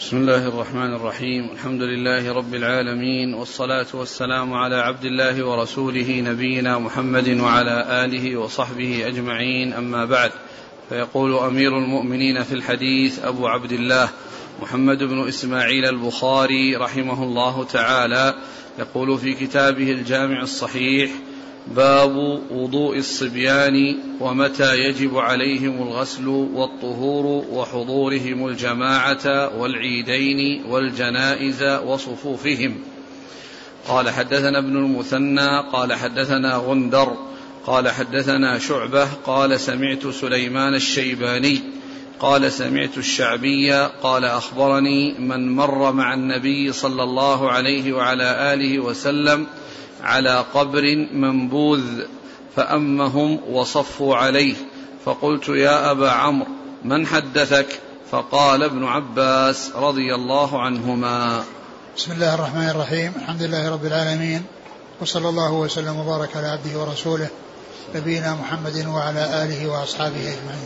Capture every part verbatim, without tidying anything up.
بسم الله الرحمن الرحيم. الحمد لله رب العالمين، والصلاة والسلام على عبد الله ورسوله نبينا محمد وعلى آله وصحبه أجمعين، أما بعد. فيقول أمير المؤمنين في الحديث أبو عبد الله محمد بن إسماعيل البخاري رحمه الله تعالى، يقول في كتابه الجامع الصحيح: باب وضوء الصبيان ومتى يجب عليهم الغسل والطهور وحضورهم الجماعة والعيدين والجنائز وصفوفهم. قال حدثنا ابن المثنى قال حدثنا غندر قال حدثنا شعبة قال سمعت سليمان الشيباني قال سمعت الشعبي قال أخبرني من مر مع النبي صلى الله عليه وعلى آله وسلم على قبر منبوذ فأمهم وصفوا عليه، فقلت: يا أبا عمرو من حدثك؟ فقال: ابن عباس رضي الله عنهما. بسم الله الرحمن الرحيم. الحمد لله رب العالمين، وصلى الله وسلم وبارك على عبده ورسوله نبينا محمد وعلى آله وأصحابه أجمعين.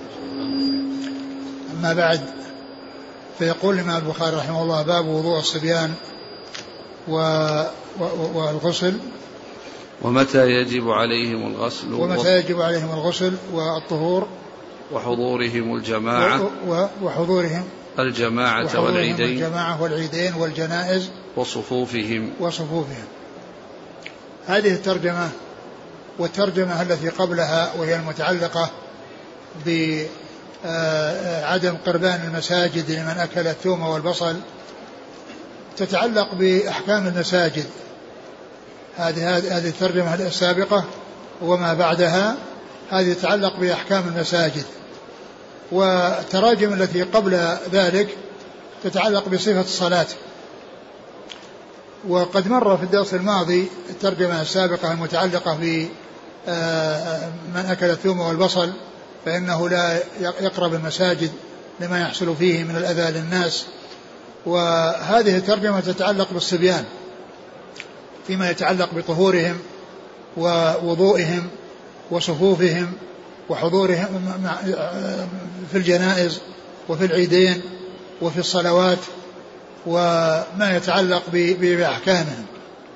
أما بعد، فيقول الإمام البخاري رحمه الله: باب وضوء الصبيان والغسل ومتى يجب عليهم الغسل ومتى يجب عليهم الغسل والطهور وحضورهم الجماعة وحضورهم الجماعة والعيدين الجماعة والعيدين والجنائز وصفوفهم وصفوفهم. هذه الترجمة والترجمة التي قبلها وهي المتعلقة بعدم قربان المساجد لمن أكل الثوم والبصل تتعلق بأحكام المساجد. هذه هذه الترجمة السابقة وما بعدها هذه تتعلق بأحكام المساجد، والتراجم التي قبل ذلك تتعلق بصفة الصلاة. وقد مر في الدرس الماضي الترجمة السابقة المتعلقة بمن أكل الثوم والبصل فإنه لا يقرب المساجد لما يحصل فيه من الأذى للناس، وهذه الترجمة تتعلق بالصبيان فيما يتعلق بطهورهم ووضوئهم وصفوفهم وحضورهم في الجنائز وفي العيدين وفي الصلوات وما يتعلق بأحكامهم.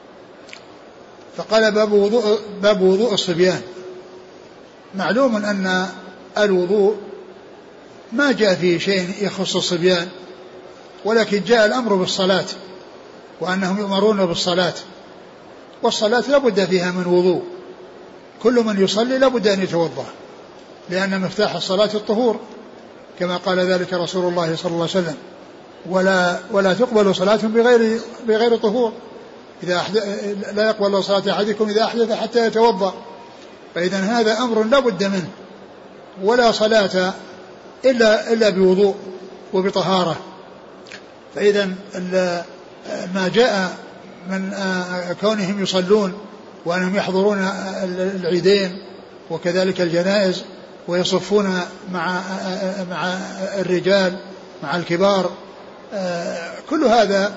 فقال: باب وضوء, باب وضوء الصبيان. معلوم أن الوضوء ما جاء فيه شيء يخص الصبيان، ولكن جاء الأمر بالصلاة وأنهم يؤمرون بالصلاة، والصلاة لابد فيها من وضوء. كل من يصلي لابد أن يتوضأ، لأن مفتاح الصلاة الطهور كما قال ذلك رسول الله صلى الله عليه وسلم: ولا, ولا تقبل صلاة بغير, بغير طهور، إذا أحد... لا يقبل صلاة أحدكم إذا أحدث حتى يتوضأ. فإذا هذا أمر لابد منه، ولا صلاة إلا, إلا بوضوء وبطهارة. فإذا ما جاء من كونهم يصلون وأنهم يحضرون العيدين وكذلك الجنائز ويصفون مع مع الرجال مع الكبار، كل هذا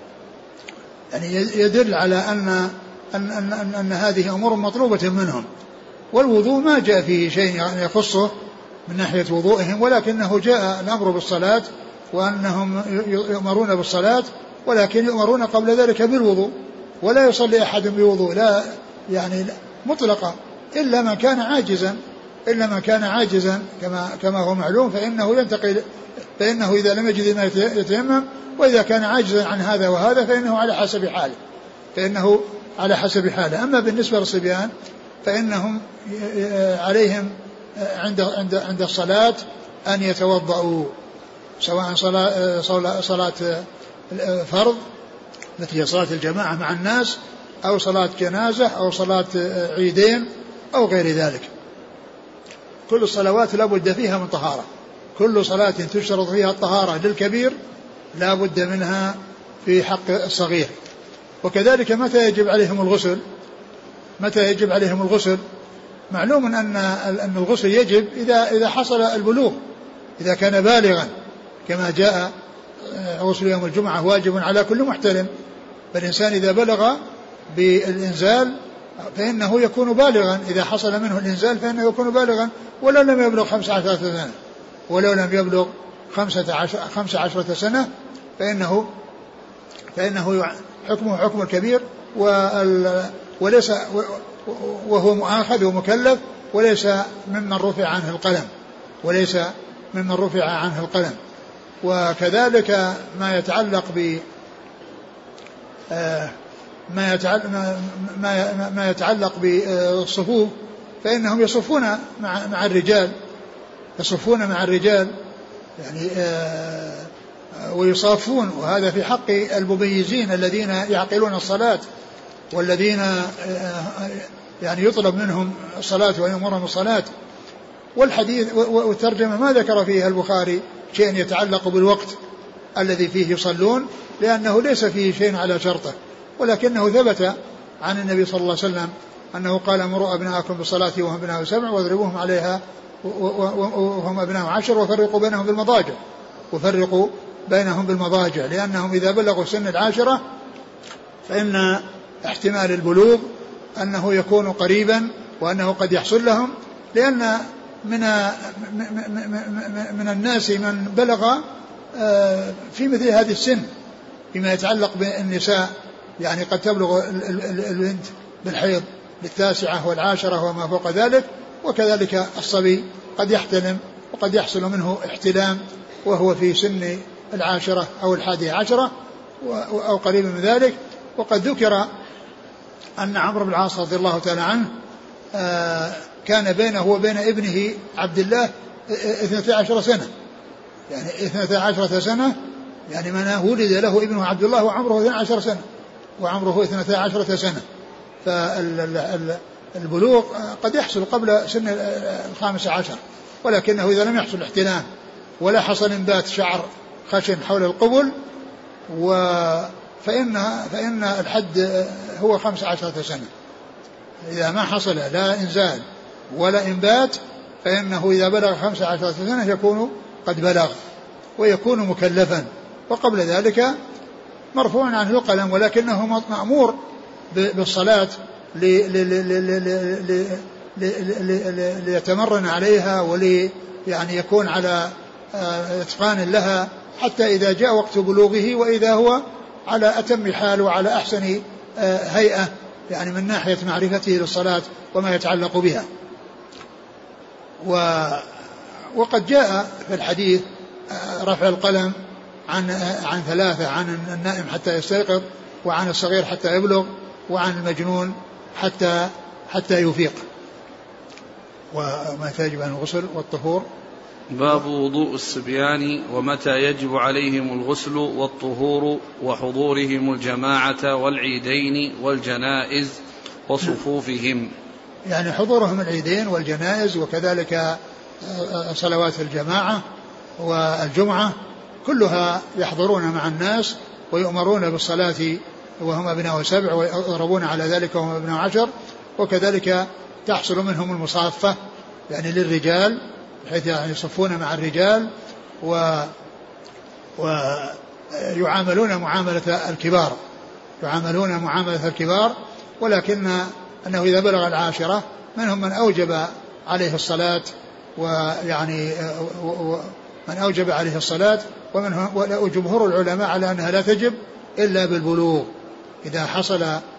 يعني يدل على أن أن أن, أن هذه أمور مطلوبة منهم. والوضوء ما جاء فيه شيء يخصه من ناحية وضوئهم، ولكنه جاء الأمر بالصلاة وأنهم يؤمرون بالصلاة، ولكن يؤمرون قبل ذلك بالوضوء، ولا يصلي أحد بوضوء لا يعني مطلقا إلا من كان عاجزا إلا من كان عاجزا كما كما هو معلوم، فإنه ينتقل فإنه إذا لم يجد ما يتيمم، وإذا كان عاجزا عن هذا وهذا فإنه على حسب حاله فإنه على حسب حاله. أما بالنسبة للصبيان فإنهم عليهم عند عند عند الصلاة أن يتوضأوا، سواء صلاة صلاة فرض التي هي صلاة الجماعة مع الناس، أو صلاة جنازة، أو صلاة عيدين، أو غير ذلك. كل الصلوات لا بد فيها من طهارة، كل صلاة تشترط فيها الطهارة للكبير لا بد منها في حق الصغير. وكذلك متى يجب عليهم الغسل متى يجب عليهم الغسل معلوم أن أن الغسل يجب إذا إذا حصل البلوغ، إذا كان بالغا، كما جاء غسل يوم الجمعة واجب على كل محتلم. فالإنسان إذا بلغ بالإنزال فإنه يكون بالغا، إذا حصل منه الإنزال فإنه يكون بالغا ولو لم يبلغ خمس عشرة سنة ولو لم يبلغ خمسة عشر خمس عشرة سنة فإنه فإنه حكمه حكم الكبير، وليس وهو مؤاخذ ومكلف، وليس ممن رفع عنه القلم وليس ممن رفع عنه القلم. وكذلك ما يتعلق ب ما يتعلق ما ما يتعلق بالصفوف، فإنهم يصفون مع مع الرجال يصفون مع الرجال يعني ويصافون، وهذا في حق المميزين الذين يعقلون الصلاة والذين يعني يطلب منهم الصلاة ويأمرهم الصلاة. والحديث والترجمة ما ذكر فيها البخاري شيء يتعلق بالوقت الذي فيه يصلون، لأنه ليس فيه شيء على شرطه، ولكنه ثبت عن النبي صلى الله عليه وسلم أنه قال: مروا أبناءكم بالصلاة وهم أبناء سبع واضربوهم عليها وهم أبناء عشر وفرقوا بينهم بالمضاجع وفرقوا بينهم بالمضاجع لأنهم إذا بلغوا سن العاشرة فإن احتمال البلوغ أنه يكون قريبا وأنه قد يحصل لهم، لأن من من الناس من بلغ في مثل هذه السن فيما يتعلق بالنساء، يعني قد تبلغ البنت بالحيض بالتاسعة والعاشرة وما فوق ذلك، وكذلك الصبي قد يحتلم وقد يحصل منه احتلام وهو في سن العاشرة أو الحادية عشرة أو قريب من ذلك. وقد ذكر أن عمرو بن العاص رضي الله تعالى عنه كان بينه وبين ابنه عبد الله اثنتي عشرة سنة، يعني اثنتي عشرة سنة، يعني من ولد له ابنه عبد الله وعمره اثنتي عشرة سنة وعمره اثنتي عشرة سنة. فالبلوغ قد يحصل قبل سن الخامس عشر، ولكنه إذا لم يحصل احتلام ولا حصل انبات شعر خشن حول القبل فإن, فإن الحد هو خمس عشرة سنة. إذا ما حصل لا إنزال ولا إنبات فإنه إذا بلغ خمس عشرة سنة يكون قد بلغ ويكون مكلفا، وقبل ذلك مرفوع عنه القلم، ولكنه مأمور بالصلاة ليتمرن عليها ولي يعني يكون على اتقان لها حتى إذا جاء وقت بلوغه وإذا هو على أتم حال وعلى أحسن هيئة، يعني من ناحية معرفته للصلاة وما يتعلق بها. وقد جاء في الحديث رفع القلم عن عن ثلاثة: عن النائم حتى يستيقظ، وعن الصغير حتى يبلغ، وعن المجنون حتى حتى يفيق. وما يجب عن الغسل والطهور. باب وضوء الصبيان ومتى يجب عليهم الغسل والطهور وحضورهم الجماعة والعيدين والجنائز وصفوفهم. يعني حضورهم العيدين والجنائز وكذلك صلوات الجماعة والجمعة كلها يحضرون مع الناس ويؤمرون بالصلاة وهم أبناء سبع ويضربون على ذلك وهم أبناء عشر. وكذلك تحصل منهم المصافة يعني للرجال بحيث يعني يصفون مع الرجال و ويعاملون معاملة الكبار يعاملون معاملة الكبار ولكن أنه إذا بلغ العاشرة منهم من أوجب عليه الصلاة ويعني من أوجب عليه الصلاة ومنهم وجمهور العلماء على أنها لا تجب إلا بالبلوغ. إذا حصل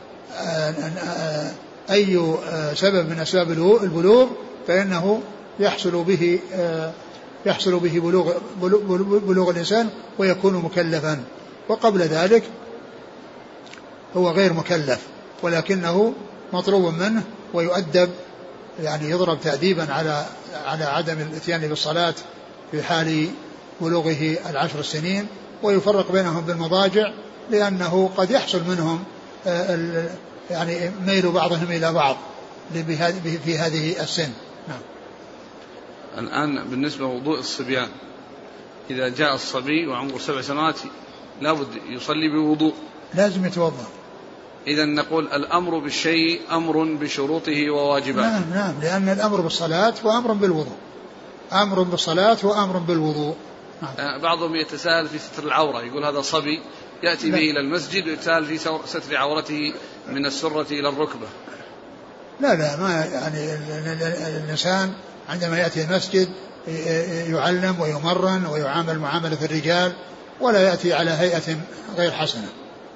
أي سبب من أسباب البلوغ فإنه يحصل به يحصل به بلوغ, بلوغ, بلوغ الإنسان ويكون مكلفا، وقبل ذلك هو غير مكلف ولكنه مطلوب منه ويؤدب، يعني يضرب تأديبا على على عدم الاتيان بالصلاة في حال بلوغه العشر السنين، ويفرق بينهم بالمضاجع لأنه قد يحصل منهم يعني ميل بعضهم إلى بعض في هذه السن. نعم. الآن بالنسبة لوضوء الصبيان، إذا جاء الصبي وعمره سبع سنوات لابد يصلي بوضوء، لازم يتوضأ. إذا نقول الأمر بالشيء أمر بشروطه وواجباته. نعم نعم، لأن الأمر بالصلاة وأمر بالوضوء، أمر بالصلاة وأمر بالوضوء. نعم. بعضهم يتساهل في ستر العورة، يقول هذا صبي يأتي به إلى المسجد ويتساهل في ستر عورته من السرة إلى الركبة. لا لا، ما يعني الإنسان عندما يأتي المسجد يعلم ويمرن ويعامل معاملة الرجال ولا يأتي على هيئة غير حسنة.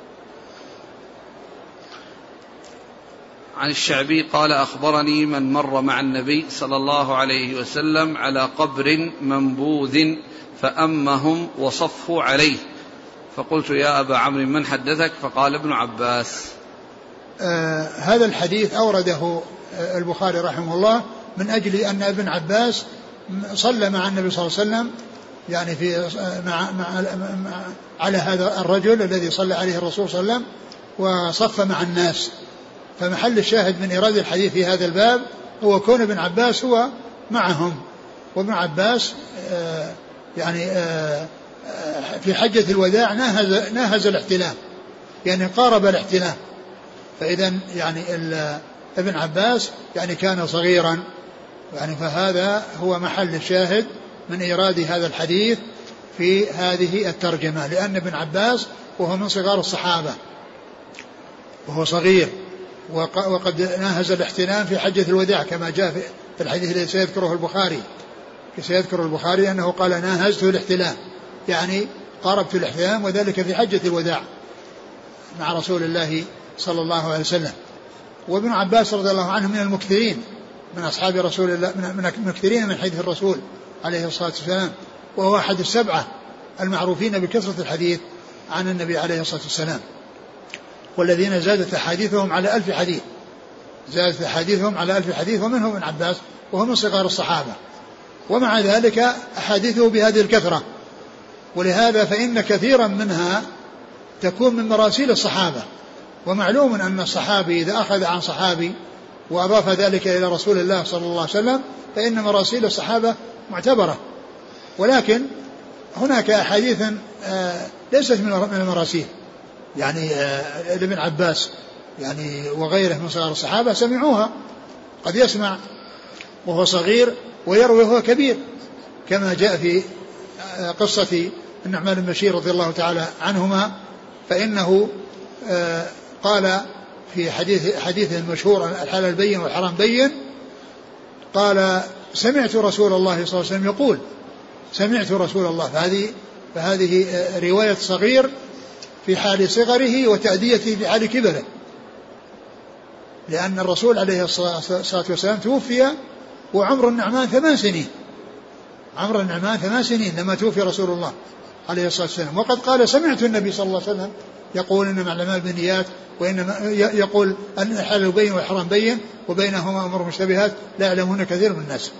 عن الشعبي قال أخبرني من مر مع النبي صلى الله عليه وسلم على قبر منبوذ فأمهم وصفوا عليه، فقلت يا أبا عمرو من حدثك؟ فقال ابن عباس. آه هذا الحديث أورده البخاري رحمه الله من أجل أن ابن عباس صلى مع النبي صلى الله عليه وسلم يعني في مع مع مع على هذا الرجل الذي صلى عليه الرسول صلى الله عليه وسلم وصف مع الناس. فمحل الشاهد من إيراد الحديث في هذا الباب هو كون ابن عباس هو معهم، وابن عباس آه يعني آه في حجة الوداع ناهز, ناهز الاحتلام، يعني قارب الاحتلام. فإذا يعني ابن عباس يعني كان صغيرا، يعني فهذا هو محل الشاهد من إيراد هذا الحديث في هذه الترجمة، لأن ابن عباس وهو من صغار الصحابة وهو صغير، وقد ناهز الاحتلام في حجة الوداع كما جاء في الحديث الذي سيذكره البخاري سيذكر البخاري أنه قال ناهزت الاحتلام، يعني قاربت الاحتلام، وذلك في حجة الوداع مع رسول الله صلى الله عليه وسلم. وابن عباس رضي الله عنه من المكثرين من أصحاب رسول الله، من المكثرين من حديث الرسول عليه الصلاة والسلام، وهو أحد السبعة المعروفين بكثرة الحديث عن النبي عليه الصلاة والسلام، والذين زادت أحاديثهم على ألف حديث زادت أحاديثهم على ألف حديث ومنهم ابن عباس وهو من صغار الصحابة، ومع ذلك أحاديثه بهذه الكثرة. ولهذا فإن كثيرا منها تكون من مراسيل الصحابة، ومعلوم أن الصحابي إذا أخذ عن صحابي وأضاف ذلك إلى رسول الله صلى الله عليه وسلم فإن مراسيل الصحابة معتبرة. ولكن هناك أحاديث ليست من المراسيل، يعني ابن عباس يعني وغيره من صغار الصحابة سمعوها، قد يسمع وهو صغير ويروي وهو كبير، كما جاء في قصة النعمان بن بشير رضي الله تعالى عنهما، فإنه قال في حديث حديثه المشهور الحلال بين والحرام بين، قال سمعت رسول الله صلى الله عليه وسلم يقول سمعت رسول الله. فهذه فهذه رواية صغير في حال صغره وتأديته في حال كبره، لأن الرسول عليه الصلاة والسلام توفي وعمر النعمان ثمان سنين عمر النعمان ثمان سنين لما توفي رسول الله عليه الصلاة والسلام. وقد قال سمعت النبي صلى الله عليه وسلم يقول إنما الأعمال بالنيات، وإنما يقول أن الحلال بين والحرام بين وبينهما أمور مشتبهات لا يعلمون كثير من الناس.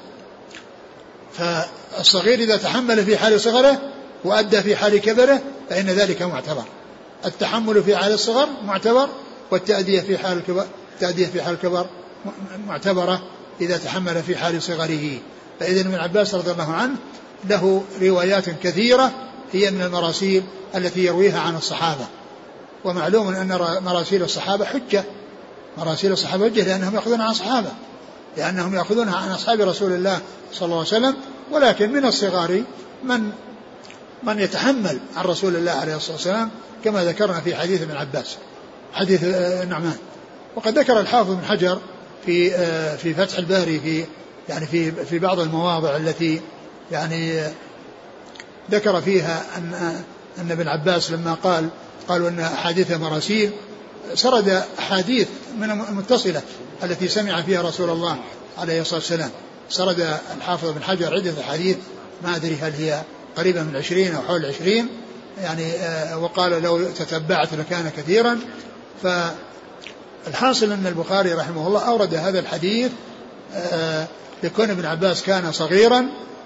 فالصغير إذا تحمل في حال صغره وأدى في حال كبره فإن ذلك معتبر. التحمل في حال الصغر معتبر، والتأدية في حال الكبر التأدية في حال الكبر معتبرة إذا تحمل في حال صغره. فإذن ابن عباس رضي الله عنه له روايات كثيرة هي من المراسيل التي يرويها عن الصحابة، ومعلوم أن مراسيل الصحابة حجة مراسيل الصحابة حجة لأنهم يأخذون عن صحابة لأنهم يأخذونها عن أصحاب رسول الله صلى الله عليه وسلم. ولكن من الصغار من من يتحمل عن رسول الله عليه الصلاة والسلام كما ذكرنا في حديث ابن عباس حديث النعمان. وقد ذكر الحافظ بن حجر في في فتح الباري في يعني في في بعض المواضع التي يعني ذكر فيها أن أن ابن عباس لما قال قالوا أن أحاديث مراسيل، سرد أحاديث من المتصلة التي سمع فيها رسول الله عليه الصلاة والسلام. سرد الحافظ بن حجر عدة أحاديث ما أدري هل هي قريبة من عشرين أو حول عشرين يعني، وقال لو تتبعت لكان كثيرا. فالحاصل أن البخاري رحمه الله أورد هذا الحديث لكون ابن عباس كان صغيرا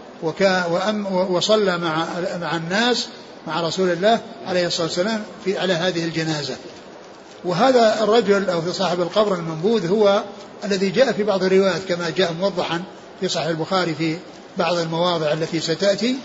وصلى مع مع الناس مع رسول الله عليه الصلاة والسلام في على هذه الجنازة. وهذا الرجل أو في صاحب القبر المنبوذ هو الذي جاء في بعض الروايات كما جاء موضحا في صحيح البخاري في بعض المواضع التي ستأتي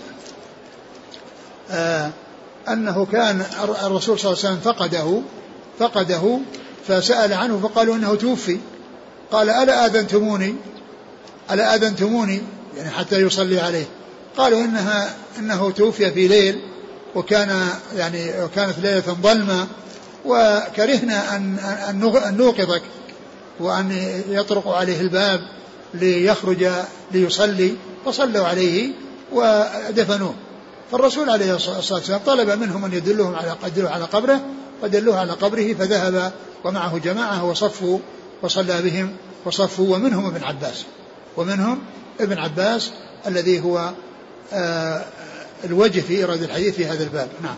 آه أنه كان الرسول صلى الله عليه وسلم فقده فقده فسأل عنه فقالوا إنه توفي. قال ألا آذنتموني ألا آذنتموني يعني حتى يصلي عليه. قالوا إنها إنه توفي في ليل وكان يعني وكانت ليلة ظلمة وكرهنا أن أن نوقظك وأن يطرق عليه الباب ليخرج ليصلي فصلوا عليه ودفنوه. فالرسول عليه الصلاة والسلام طلب منهم أن يدلوهم على يدلوه على قبره، فدلوه على قبره فذهب ومعه جماعة وصفوا وصلى بهم وصفوا، ومنهم ابن عباس ومنهم ابن عباس الذي هو آه الوجه في إيراد الحديث في هذا الباب. نعم.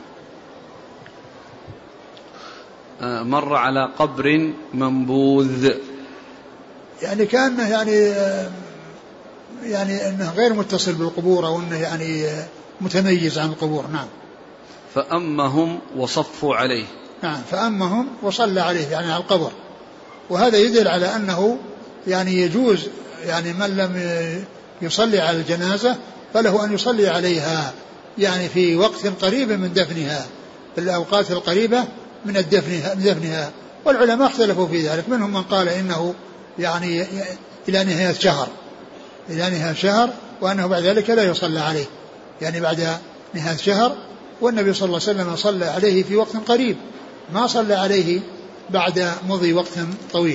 مر على قبر منبوذ، يعني كان يعني آه يعني أنه غير متصل بالقبور، أو أنه يعني متميز عن القبور. نعم. فأمهم وصفوا عليه. نعم، فأمهم وصلى عليه يعني على القبر. وهذا يدل على أنه يعني يجوز يعني من لم يصلي على الجنازة فله أن يصلي عليها يعني في وقت قريب من دفنها، في الأوقات القريبة من الدفنها من دفنها والعلماء اختلفوا في ذلك. منهم من قال إنه يعني إلى نهاية شهر إلى نهاية شهر وأنه بعد ذلك لا يصلى عليه، يعني بعد نهاية شهر، والنبي صلى الله عليه وسلم صلى عليه في وقت قريب، ما صلى عليه بعد مضي وقت طويل.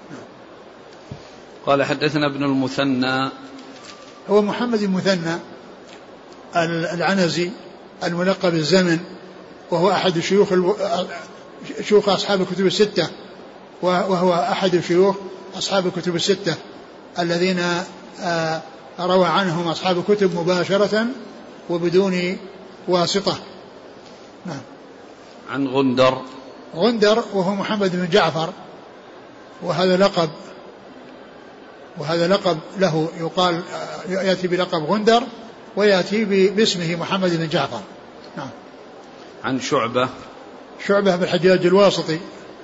قال حدثنا ابن المثنى، هو محمد المثنى العنزي الملقب الزمن، وهو أحد شيوخ شيوخ أصحاب الكتب الستة، وهو أحد شيوخ أصحاب الكتب الستة الذين روى عنهم أصحاب الكتب مباشرة وبدون واسطة. نعم. عن غندر، غندر وهو محمد بن جعفر، وهذا لقب وهذا لقب له، يقال يأتي بلقب غندر ويأتي باسمه محمد بن جعفر. نعم. عن شعبة، شعبة بن الحجاج الواسطي.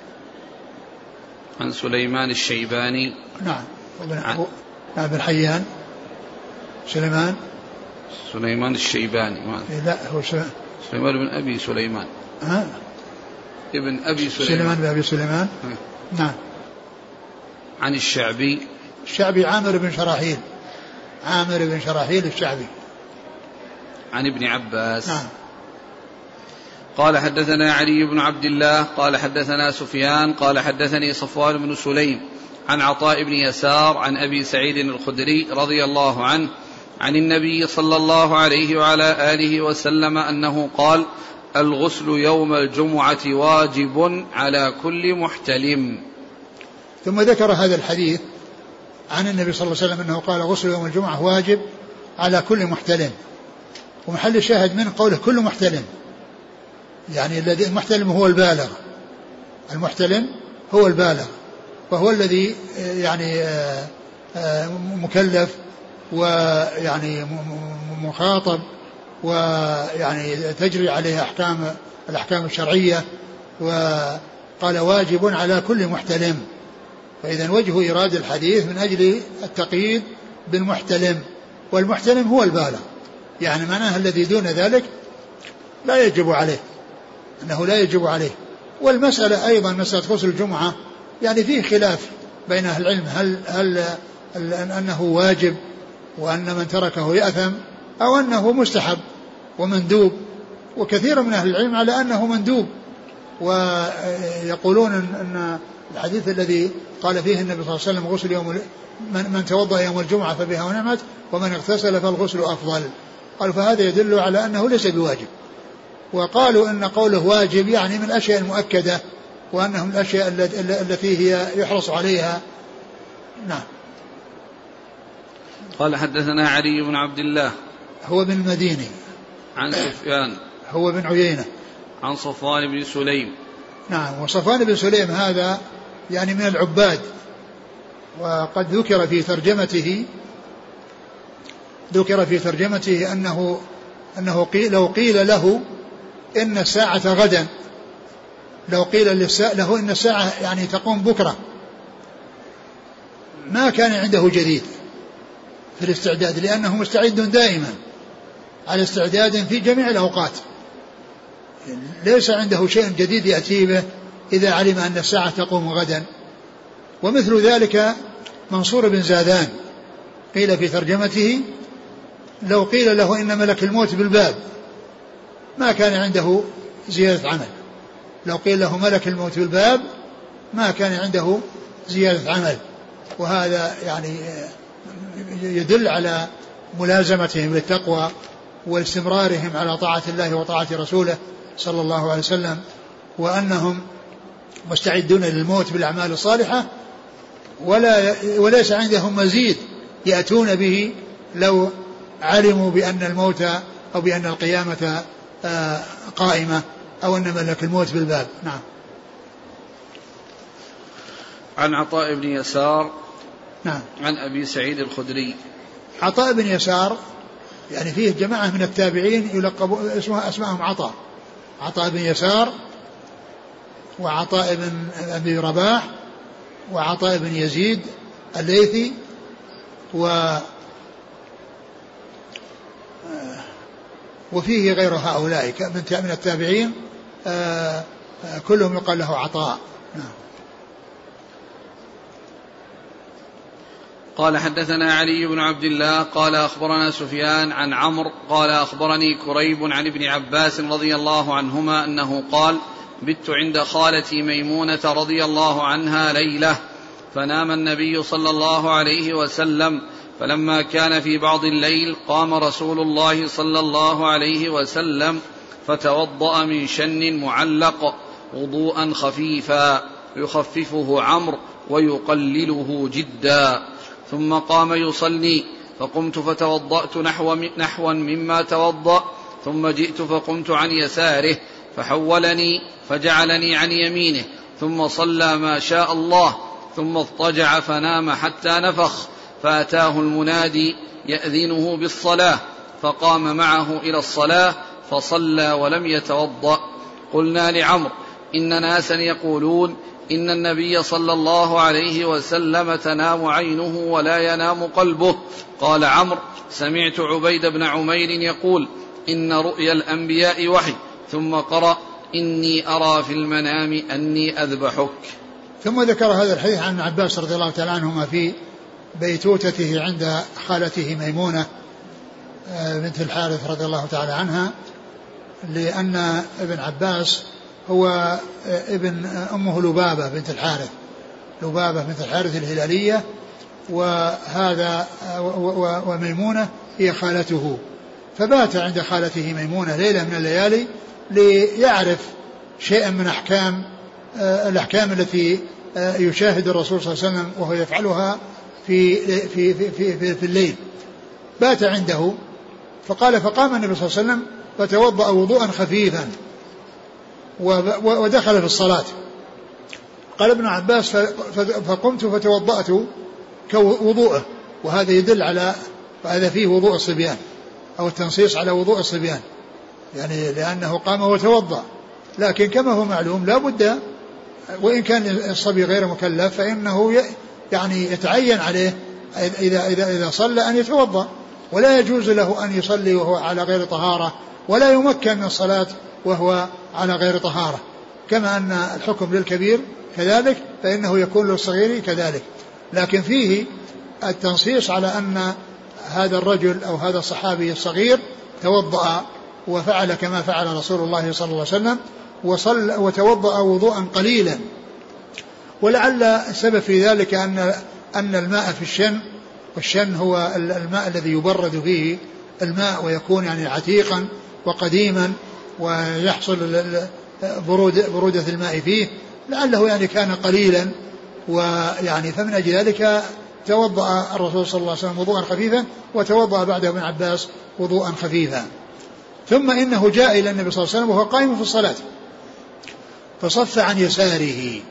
عن سليمان الشيباني. نعم. عن بن حيان سليمان سليمان الشيباني. لا هو سليمان, سليمان بن أبي سليمان. ها؟ ابن أبي سليمان. سليمان بن أبي سليمان. ها. نعم. عن الشعبي، الشعبي عامر بن شراحيل عامر بن شراحيل الشعبي. عن ابن عباس. نعم. قال حدثنا علي بن عبد الله قال حدثنا سفيان قال حدثني صفوان بن سليم عن عطاء بن يسار عن أبي سعيد الخدري رضي الله عنه عن النبي صلى الله عليه وعلى آله وسلم أنه قال: الغسل يوم الجمعة واجب على كل محتلم. ثم ذكر هذا الحديث عن النبي صلى الله عليه وسلم أنه قال: غسل يوم الجمعة واجب على كل محتلم. ومحل الشاهد منه قوله كل محتلم، يعني الذي المحتلم هو البالغ، المحتلم هو البالغ، وهو الذي يعني مكلف ويعني مخاطب ويعني تجري عليه أحكام الأحكام الشرعية. وقال واجب على كل محتلم، فإذا وجه إيراد الحديث من أجل التقييد بالمحتلم، والمحتلم هو البالغ، يعني معناه الذي دون ذلك لا يجب عليه، أنه لا يجب عليه. والمسألة أيضا مسألة غسل الجمعة يعني فيه خلاف بين أهل العلم، هل, هل, هل أنه واجب وأن من تركه يأثم، أو أنه مستحب ومندوب. وكثير من أهل العلم على أنه مندوب، ويقولون أن الحديث الذي قال فيه النبي صلى الله عليه وسلم: غسل يوم من, من توضأ يوم الجمعة فبها ونعمت ومن اغتسل فالغسل أفضل، قالوا فهذا يدل على أنه ليس بواجب. وقالوا أن قوله واجب يعني من الأشياء المؤكدة، وأنه من الأشياء التي هي يحرص عليها. نعم. قال حدثنا علي بن عبد الله هو بن المديني عن سفيان هو بن عيينة عن صفوان بن سليم. نعم. وصفوان بن سليم هذا يعني من العباد، وقد ذكر في ترجمته ذكر في ترجمته أنه أنه قيل لو قيل له إن الساعة غدا، لو قيل له إن الساعة يعني تقوم بكرة، ما كان عنده جديد في الاستعداد، لأنه مستعد دائما على استعداد في جميع الأوقات، ليس عنده شيء جديد يأتي به إذا علم أن الساعة تقوم غدا. ومثل ذلك منصور بن زادان قيل في ترجمته لو قيل له إن ملك الموت بالباب ما كان عنده زيادة عمل، لو قيل له ملك الموت بالباب ما كان عنده زيادة عمل. وهذا يعني يدل على ملازمتهم للتقوى واستمرارهم على طاعة الله وطاعة رسوله صلى الله عليه وسلم، وأنهم مستعدون للموت بالأعمال الصالحة، ولا وليس عندهم مزيد يأتون به لو علموا بأن الموت أو بأن القيامة قائمة أو أن ملك الموت بالباب. نعم. عن عطاء بن يسار نعم. عن أبي سعيد الخدري. عطاء بن يسار يعني فيه جماعة من التابعين يلقب اسمها أسمائهم عطاء، عطاء بن يسار وعطاء بن أبي رباح وعطاء بن يزيد الليثي و وفيه غير هؤلاء من التابعين كلهم يقال له عطاء. نعم. قال حدثنا علي بن عبد الله قال أخبرنا سفيان عن عمرو قال أخبرني كريب عن ابن عباس رضي الله عنهما أنه قال بت عند خالتي ميمونة رضي الله عنها ليلة فنام النبي صلى الله عليه وسلم، فلما كان في بعض الليل قام رسول الله صلى الله عليه وسلم فتوضأ من شن معلق وضوءا خفيفا يخففه عمرو ويقلله جدا، ثم قام يصلي فقمت فتوضأت نحو نحوا مما توضأ، ثم جئت فقمت عن يساره فحولني فجعلني عن يمينه، ثم صلى ما شاء الله، ثم اضطجع فنام حتى نفخ، فأتاه المنادي يأذنه بالصلاة فقام معه إلى الصلاة فصلى ولم يتوضأ. قلنا لعمرو إن ناسا يقولون إن النبي صلى الله عليه وسلم تنام عينه ولا ينام قلبه. قال عمرو سمعت عبيد بن عمير يقول إن رؤيا الأنبياء وحي، ثم قرأ إني أرى في المنام أني أذبحك. ثم ذكر هذا الحديث عن عباس رضي الله تعالى عنهما في بيتوتته عند خالته ميمونة بنت الحارث رضي الله تعالى عنها، لأن ابن عباس هو ابن أمه لبابة بنت الحارث، لبابة بنت الحارث الهلالية، وهذا وميمونة هي خالته، فبات عند خالته ميمونة ليلة من الليالي ليعرف شيئا من أحكام الأحكام التي يشاهد الرسول صلى الله عليه وسلم وهو يفعلها في في في في, في الليل. بات عنده فقال فقام النبي صلى الله عليه وسلم فتوضأ وضوءا خفيفا ودخل في الصلاة. قال ابن عباس فقمت فتوضأت كوضوءه، وهذا يدل على هذا فيه وضوء الصبيان أو التنصيص على وضوء الصبيان، يعني لأنه قام وتوضأ، لكن كما هو معلوم لا بد وإن كان الصبي غير مكلف فإنه يعني يتعين عليه إذا, إذا, إذا صلى أن يتوضأ، ولا يجوز له أن يصلي وهو على غير طهارة، ولا يمكن من الصلاة وهو على غير طهارة، كما أن الحكم للكبير كذلك فإنه يكون للصغير كذلك. لكن فيه التنصيص على أن هذا الرجل أو هذا الصحابي الصغير توضأ وفعل كما فعل رسول الله صلى الله عليه وسلم وصل وتوضأ وضوءا قليلا، ولعل السبب في ذلك أن أن الماء في الشن، والشن هو الماء الذي يبرد فيه الماء ويكون يعني عتيقا وقديما ويحصل برود برودة الماء فيه، لعله يعني كان قليلا، ويعني فمن أجل ذلك توضأ الرسول صلى الله عليه وسلم وضوءا خفيفا وتوضأ بعده ابن عباس وضوءا خفيفا. ثم إنه جاء إلى النبي صلى الله عليه وسلم وهو قائم في الصلاة فصف عن يساره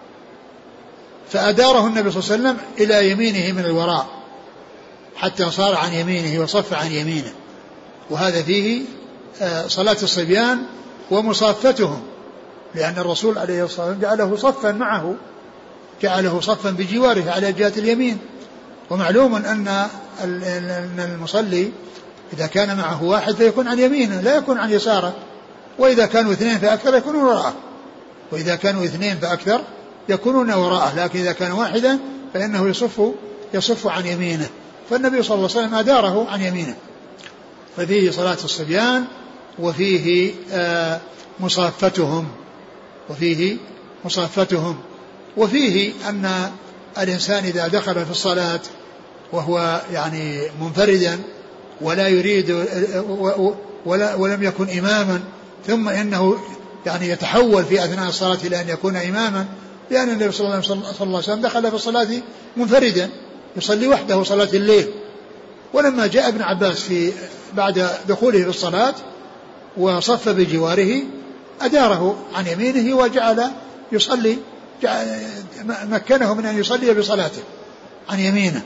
فأداره النبي صلى الله عليه وسلم إلى يمينه من الوراء حتى صار عن يمينه وصف عن يمينه، وهذا فيه صلاة الصبيان ومصافتهم، لأن الرسول عليه الصلاة والسلام جعله صفا معه، جعله صفا بجواره على جهة اليمين. ومعلوم أن المصلي إذا كان معه واحد فيكون عن يمينه لا يكون عن يساره، وإذا كانوا اثنين فأكثر يكونون وراءه، وإذا كانوا اثنين فأكثر يكونون وراءه، لكن إذا كان واحدا فإنه يصف يصف عن يمينه، فالنبي صلى الله عليه وسلم أداره عن يمينه. ففيه صلاة الصبيان وفيه آه مصافتهم وفيه مصافتهم وفيه أن الإنسان إذا دخل في الصلاة وهو يعني منفردا ولا يريد ولا ولم يكن إماما ثم إنه يعني يتحول في أثناء الصلاة إلى أن يكون إماما، لأن النبي صلى الله عليه وسلم دخل في الصلاة منفردا يصلي وحده صلاة الليل. ولما جاء ابن عباس في بعد دخوله في الصلاة وصف بجواره أداره عن يمينه وجعل يصلي، مكنه من أن يصلي بصلاته عن يمينه.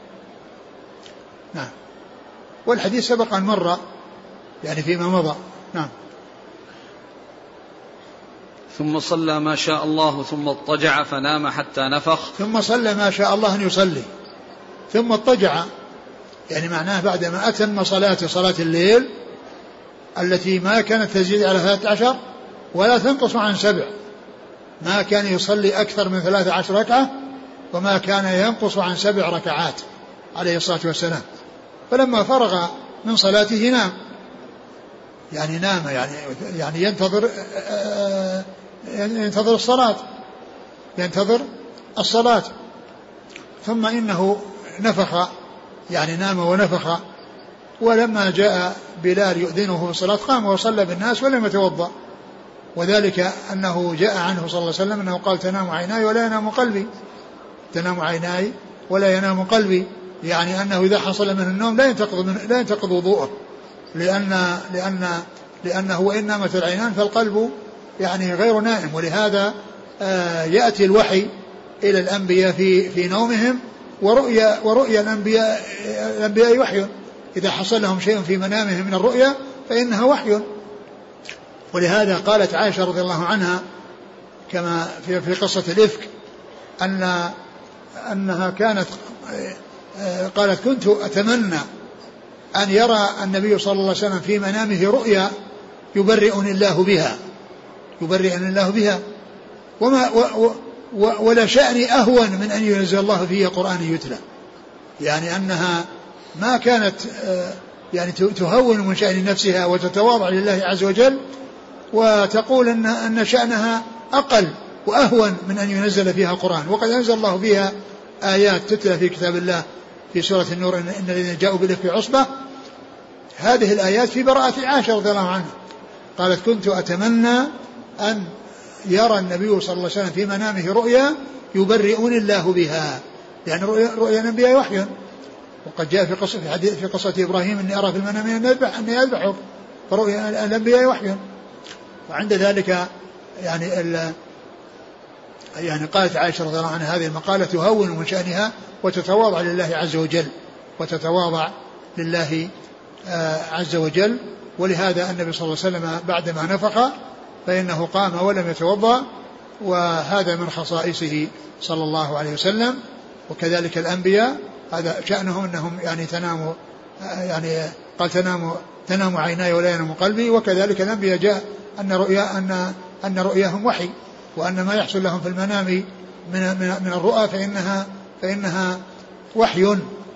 نعم. والحديث سبق أن مر يعني فيما مضى. نعم. ثم صلى ما شاء الله ثم اضطجع فنام حتى نفخ. ثم صلى ما شاء الله أن يصلي ثم اضطجع، يعني معناه بعدما أتم صلاة صلاة الليل التي ما كانت تزيد على ثلاثة عشر ولا تنقص عن سبع، ما كان يصلي أكثر من ثلاثة عشر ركعة وما كان ينقص عن سبع ركعات عليه الصلاة والسلام. فلما فرغ من صلاته نام، يعني نام يعني يعني ينتظر ينتظر الصلاة ينتظر الصلاة ثم إنه نفخ، يعني نام ونفخ. ولما جاء بلال يؤذنه في الصلاة قام وصلى بالناس ولم يتوضأ، وذلك أنه جاء عنه صلى الله عليه وسلم أنه قال تنام عيناي ولا ينام قلبي، تنام عيناي ولا ينام قلبي، يعني أنه إذا حصل من النوم لا ينتقض من لا ينتقض وضوءه، لأن لأن لأنه وإن نامت العينان فالقلب يعني غير نائم. ولهذا آه يأتي الوحي إلى الأنبياء في في نومهم، ورؤيا ورؤيا الأنبياء الأنبياء وحي، إذا حصل لهم شيء في منامهم من الرؤيا فإنها وحي. ولهذا قالت عائشة رضي الله عنها كما في في قصة الإفك أن أنها كانت قالت كنت أتمنى أن يرى النبي صلى الله عليه وسلم في منامه رؤيا يبرئني الله بها يبرئني الله بها وما و و ولا شأني أهون من أن ينزل الله فيه قرآن يتلى، يعني أنها ما كانت يعني تهون من شأن نفسها وتتواضع لله عز وجل وتقول أن أن شأنها أقل وأهون من أن ينزل فيها قرآن، وقد أنزل الله فيها آيات تتلى في كتاب الله في سورة النور إن الذين جاءوا بالإفك عصبة. هذه الآيات في براءة عائشة رضي الله عنها، قالت كنت أتمنى أن يرى النبي صلى الله عليه وسلم في منامه رؤيا يبرئني الله بها، يعني رؤيا, رؤيا الأنبياء وحي. وقد جاء في قصة في حديث في قصة إبراهيم إني أرى في المنام أن يذبح أن يذبحه، فرؤيا الأنبياء وحي. وعند ذلك يعني ال يعني قالت عائشة رضي الله عنها هذه المقالة تهون من شأنها وتتواضع لله عز وجل وتتواضع لله عز وجل. ولهذا النبي صلى الله عليه وسلم بعدما نفخ فإنه قام ولم يتوضأ، وهذا من خصائصه صلى الله عليه وسلم. وكذلك الأنبياء هذا شأنهم أنهم يعني تنام يعني قال تنام تنام عيناي ولا ينام قلبي. وكذلك الأنبياء جاء أن رؤيا أن أن رؤياهم وحي، وأن ما يحصل لهم في المنام من من, من الرؤى فإنها فإنها وحي.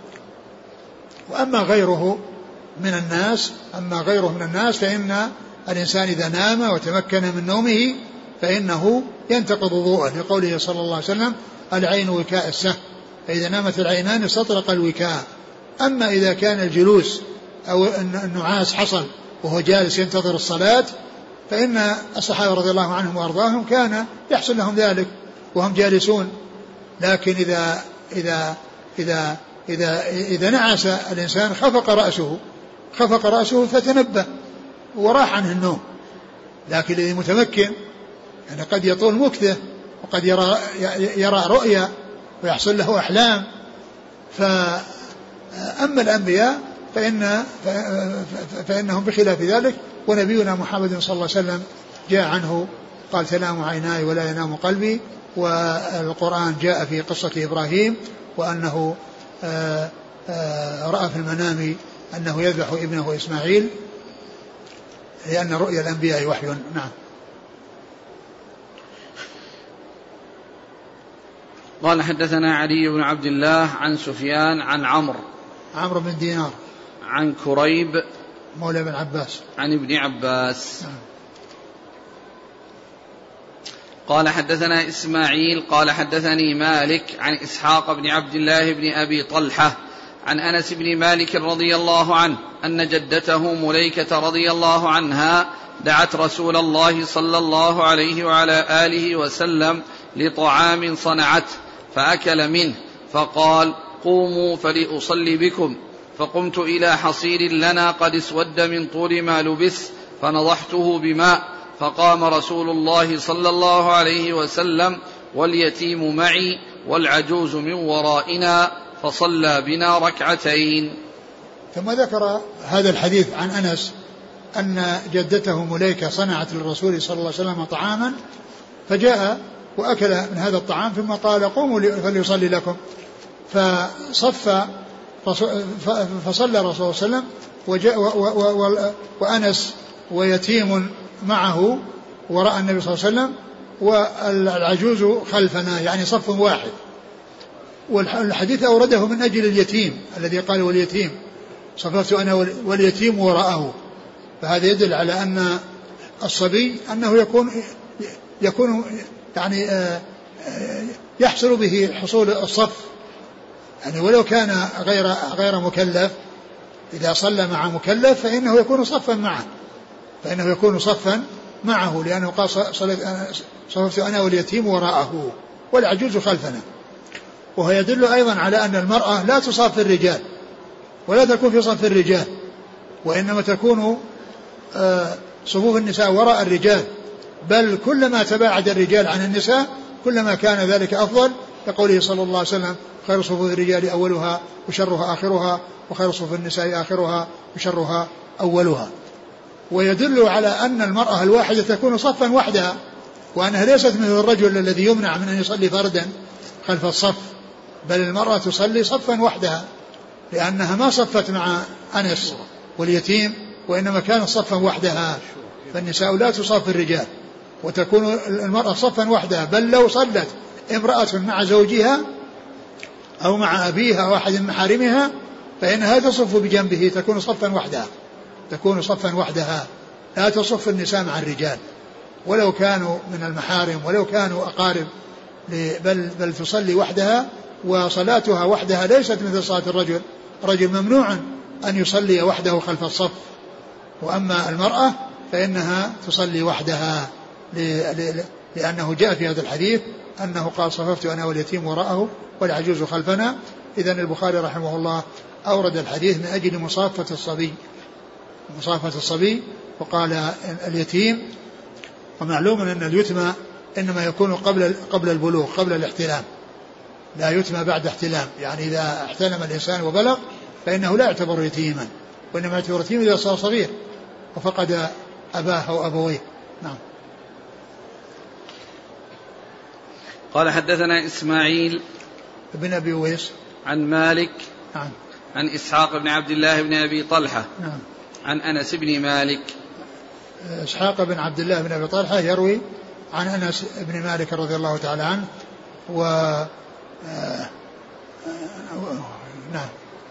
وأما غيره من الناس أما غيره من الناس فإن الإنسان إذا نام وتمكن من نومه فإنه ينتقض وضوءه، لقوله صلى الله عليه وسلم العين وكاء السهم، فإذا نامت العينان استطرق الوكاء. أما إذا كان الجلوس أو النعاس حصل وهو جالس ينتظر الصلاة فإن الصحابة رضي الله عنهم وأرضاهم كان يحصل لهم ذلك وهم جالسون. لكن إذا إذا إذا إذا إذا نعس الإنسان خفق رأسه خفق رأسه فتنبه وراح عنه النوم. لكن الذي متمكن يعني قد يطول مكثه وقد يرى يرى رؤيا ويحصل له أحلام. فأما الأنبياء فإن فإنهم بخلاف ذلك. ونبينا محمد صلى الله عليه وسلم جاء عنه قال تنام عيناي ولا ينام قلبي. والقرآن جاء في قصة إبراهيم وأنه رأى في المنام أنه يذبح ابنه إسماعيل، لأن رؤيا الأنبياء وحي. نعم. قال حدثنا علي بن عبد الله عن سفيان عن عمرو عمرو بن دينار عن كريب مولى بن عباس عن ابن عباس. نعم. قال حدثنا إسماعيل قال حدثني مالك عن إسحاق بن عبد الله بن أبي طلحة عن أنس بن مالك رضي الله عنه أن جدته مليكة رضي الله عنها دعت رسول الله صلى الله عليه وعلى آله وسلم لطعام صنعته فأكل منه فقال قوموا فلأصلي بكم. فقمت إلى حصير لنا قد اسود من طول ما لبث فنضحته بماء فقام رسول الله صلى الله عليه وسلم واليتيم معي والعجوز من ورائنا فصلى بنا ركعتين. ثم ذكر هذا الحديث عن أنس أن جدته مليكة صنعت للرسول صلى الله عليه وسلم طعاما فجاء وأكل من هذا الطعام ثم قال قوموا فليصلي لكم فصف فصلى الرسول صلى الله عليه وسلم وجاء وأنس ويتيم معه وراء النبي صلى الله عليه وسلم والعجوز خلفنا يعني صف واحد. والحديث أورده من أجل اليتيم الذي قال واليتيم صففت أنا واليتيم وراءه. فهذا يدل على أن الصبي أنه يكون يكون يعني يحصل به حصول الصف يعني ولو كان غير غير مكلف إذا صلى مع مكلف فإنه يكون صفا معه فإنه يكون صفا معه لأنه قال صففت أنا واليتيم وراءه والعجوز خلفنا. وهو يدل أيضا على أن المرأة لا تصاف الرجال ولا تكون في صف الرجال وإنما تكون صفوف النساء وراء الرجال بل كلما تباعد الرجال عن النساء كلما كان ذلك أفضل لقوله صلى الله عليه وسلم خير صفوف الرجال أولها وشرها آخرها وخير صفوف النساء آخرها وشرها أولها. ويدل على أن المرأة الواحدة تكون صفا وحدها وأنها ليست مثل الرجل الذي يمنع من أن يصلي فردا خلف الصف بل المرأة تصلي صفا وحدها لأنها ما صفت مع أنس واليتيم وإنما كانت صفا وحدها. فالنساء لا تصف الرجال وتكون المرأة صفا وحدها بل لو صلت امرأة مع زوجها أو مع أبيها أو أحد من محارمها فإنها تصف بجنبه تكون صفا وحدها تكون صفا وحدها لا تصف النساء مع الرجال ولو كانوا من المحارم ولو كانوا أقارب بل, بل تصلي وحدها وصلاتها وحدها ليست مثل صلاة الرجل. الرجل ممنوع أن يصلي وحده خلف الصف وأما المرأة فإنها تصلي وحدها لأنه جاء في هذا الحديث أنه قال صففت أنا واليتيم وراءه والعجوز خلفنا. إذن البخاري رحمه الله أورد الحديث من أجل مصافة الصبي مصافة الصبي وقال اليتيم. ومعلوم أن اليتم إنما يكون قبل قبل البلوغ قبل الاحتلام لا يتم بعد احتلام يعني إذا احتلم الإنسان وبلغ فإنه لا يعتبر يتيما وإنما يعتبر يتيم إذا صار صغير وفقد أباه أو أبويه. نعم. قال حدثنا إسماعيل بن أبي ويس عن مالك نعم. عن إسحاق بن عبد الله بن أبي طلحة نعم. عن أنس بن مالك. إسحاق بن عبد الله بن أبي طلحة يروي عن أنس بن مالك رضي الله تعالى عنه و آه... نعم.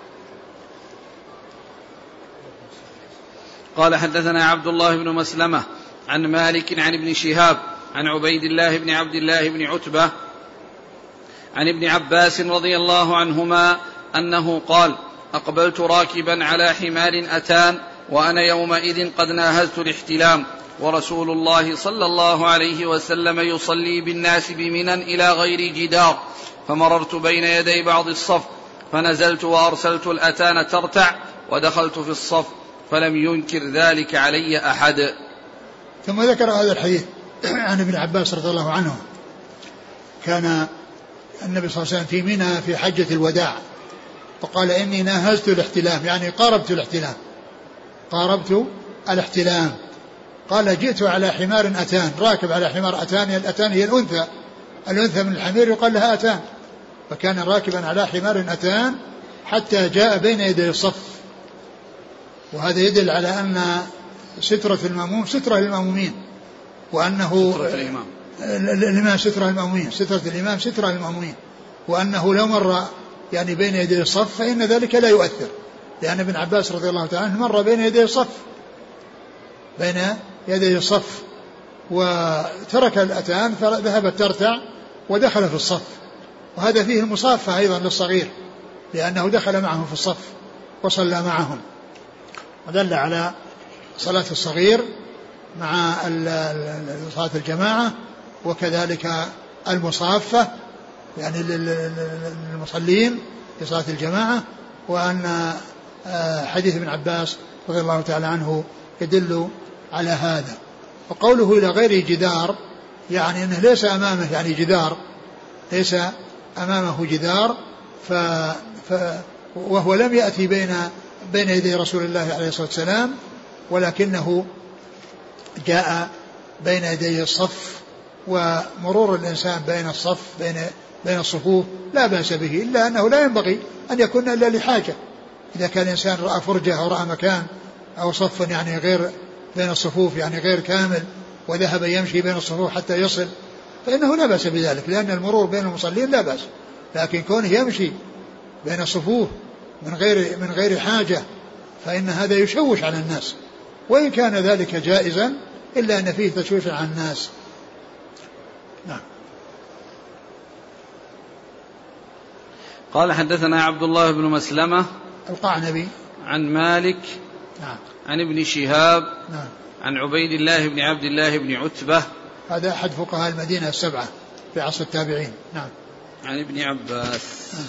قال حدثنا عبد الله بن مسلمة عن مالك عن ابن شهاب عن عبيد الله بن عبد الله بن عتبة عن ابن عباس رضي الله عنهما أنه قال أقبلت راكبا على حمار أتان وأنا يومئذ قد ناهزت الاحتلام ورسول الله صلى الله عليه وسلم يصلي بالناس بمنى إلى غير جدار فمررت بين يدي بعض الصف فنزلت وأرسلت الأتان ترتع ودخلت في الصف فلم ينكر ذلك علي أحد. ثم ذكر هذا الحديث عن ابن عباس رضي الله عنه كان النبي صلى الله عليه وسلم في منى في حجة الوداع وقال إني ناهزت الاحتلام يعني قاربت الاحتلام قاربت الاحتلام قال جئت على حمار أتان راكب على حمار أتان الأتان هي الأنثى الأنثى من الحمير يقال لها أتان فكان راكبا على حمار أتان حتى جاء بين يدي الصف. وهذا يدل على أن سترة المأموم سترة للمأمومين وأنه سترة الإمام الإمام سترة المأمومين سترة الإمام سترة للمأمومين وأنه لو مر يعني بين يدي الصف فإن ذلك لا يؤثر لأن ابن عباس رضي الله تعالى عنه مر بين يدي الصف بين يدي الصف وترك الأتان فذهبت ترتع ودخل في الصف وهذا فيه المصافة أيضا للصغير لأنه دخل معهم في الصف وصلى معهم، ودل على صلاة الصغير مع صلاة الجماعة، وكذلك المصافة يعني للمصلين في صلاة الجماعة. وأن حديث ابن عباس رضي الله تعالى عنه يدل على هذا. وقوله إلى غير جدار يعني أنه ليس أمامه يعني جدار، ليس أمامه جدار، ف ف وهو لم يأتي بين بين يدي رسول الله عليه الصلاة والسلام، ولكنه جاء بين يدي الصف، ومرور الإنسان بين الصف بين بين الصفوف لا بأس به، إلا أنه لا ينبغي أن يكون إلا لحاجة. إذا كان الإنسان رأى فرجة أو رأى مكان أو صف يعني غير بين الصفوف يعني غير كامل وذهب يمشي بين الصفوف حتى يصل، فإنه لا بأس بذلك، لأن المرور بين المصلين لا بأس. لكن كونه يمشي بين الصفوف من غير من غير حاجة فإن هذا يشوش على الناس، وإن كان ذلك جائزا إلا أن فيه تشويش على الناس. نعم. قال حدثنا عبد الله بن مسلمة القعنبي عن مالك نعم. عن ابن شهاب نعم. عن عبيد الله بن عبد الله بن عتبة، هذا أحد فقهاء المدينة السبعة في عصر التابعين. نعم. عن ابن عباس. نعم.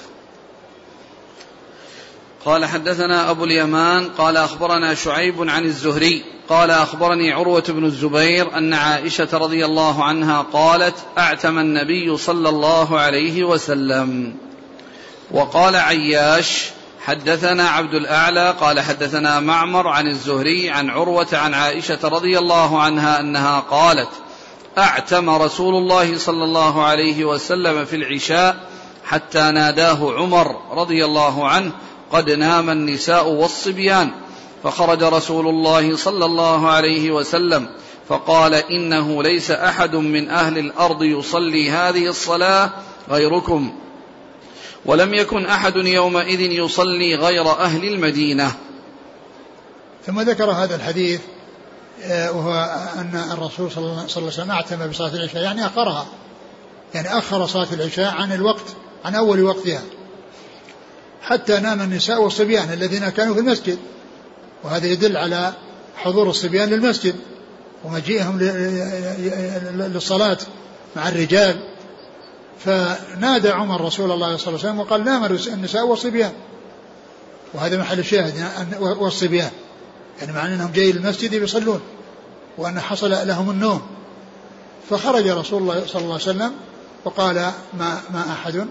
قال حدثنا أبو اليمان قال أخبرنا شعيب عن الزهري قال أخبرني عروة بن الزبير أن عائشة رضي الله عنها قالت أعتم النبي صلى الله عليه وسلم. وقال عياش حدثنا عبد الأعلى قال حدثنا معمر عن الزهري عن عروة عن عائشة رضي الله عنها أنها قالت أعتم رسول الله صلى الله عليه وسلم في العشاء حتى ناداه عمر رضي الله عنه قد نام النساء والصبيان، فخرج رسول الله صلى الله عليه وسلم فقال إنه ليس أحد من أهل الأرض يصلي هذه الصلاة غيركم، ولم يكن أحد يومئذ يصلي غير أهل المدينة. ثم ذكر هذا الحديث وهو أن الرسول صلى الله عليه وسلم اعتم بصلاة العشاء يعني أخرها، يعني أخر صلاة العشاء عن الوقت عن أول وقتها حتى نام النساء والصبيان الذين كانوا في المسجد، وهذا يدل على حضور الصبيان للمسجد ومجيئهم للصلاة مع الرجال. فنادى عمر رسول الله صلى الله عليه وسلم وقال نام النساء والصبيان، وهذا محل الشاهد والصبيان يعني معنى أنهم جاي للمسجد يصلون وأن حصل لهم النوم. فخرج رسول الله صلى الله عليه وسلم وقال ما, ما أحد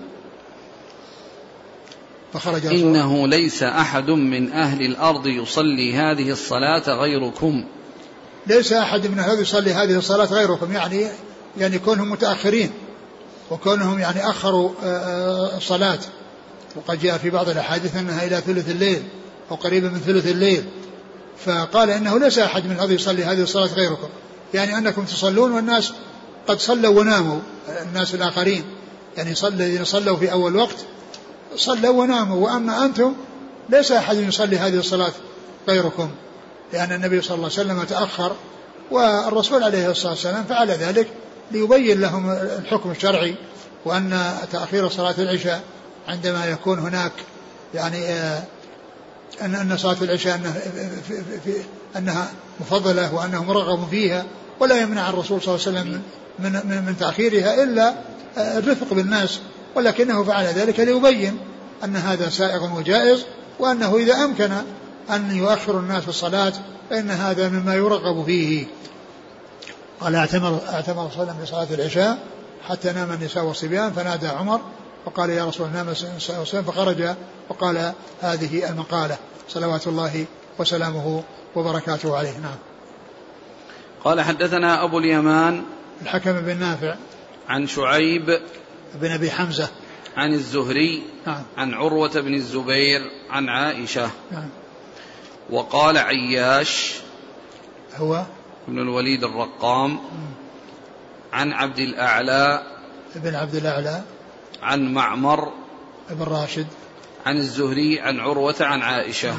فخرج إنه ليس أحد من أهل الأرض يصلي هذه الصلاة غيركم، ليس أحد من أهل يصلي هذه الصلاة غيركم، يعني يعني كونهم متأخرين وكونهم يعني أخروا الصلاة، وقد جاء في بعض الأحاديث أنها إلى ثلث الليل أو قريبا من ثلث الليل. فقال إنه ليس أحد من الأرض يصلي هذه الصلاة غيركم، يعني أنكم تصلون والناس قد صلوا وناموا، الناس الآخرين يعني صلوا صلوا في أول وقت صلوا وناموا، وأما أنتم ليس أحد يصلي هذه الصلاة غيركم، لأن النبي صلى الله عليه وسلم تأخر، والرسول عليه الصلاة والسلام فعل ذلك ليبين لهم الحكم الشرعي، وأن تأخير صلاة العشاء عندما يكون هناك يعني أن أن صلاة العشاء أنها, في في أنها مفضلة وأنه مرغب فيها، ولا يمنع الرسول صلى الله عليه وسلم من, من, من تأخيرها إلا الرفق بالناس، ولكنه فعل ذلك ليبين أن هذا سائغ وجائز، وأنه إذا أمكن أن يؤخر الناس في الصلاة فإن هذا مما يرغب فيه. قال اعتمر اعتمر صلى الله عليه وسلم بصلاة العشاء حتى نام النساء والصبيان، فنادى عمر وقال يا رسول الله نام النساء والصبيان، فخرج وقال هذه المقالة صلوات الله وسلامه وبركاته عليه. نعم. قال حدثنا أبو اليمان الحكم بن نافع عن شعيب بن أبي حمزة عن الزهري نعم. عن عروة بن الزبير عن عائشة نعم. وقال عياش هو ابن الوليد الرقام عن عبد الأعلى ابن عبد الأعلى عن معمر ابن راشد عن الزهري عن عروة عن عائشة.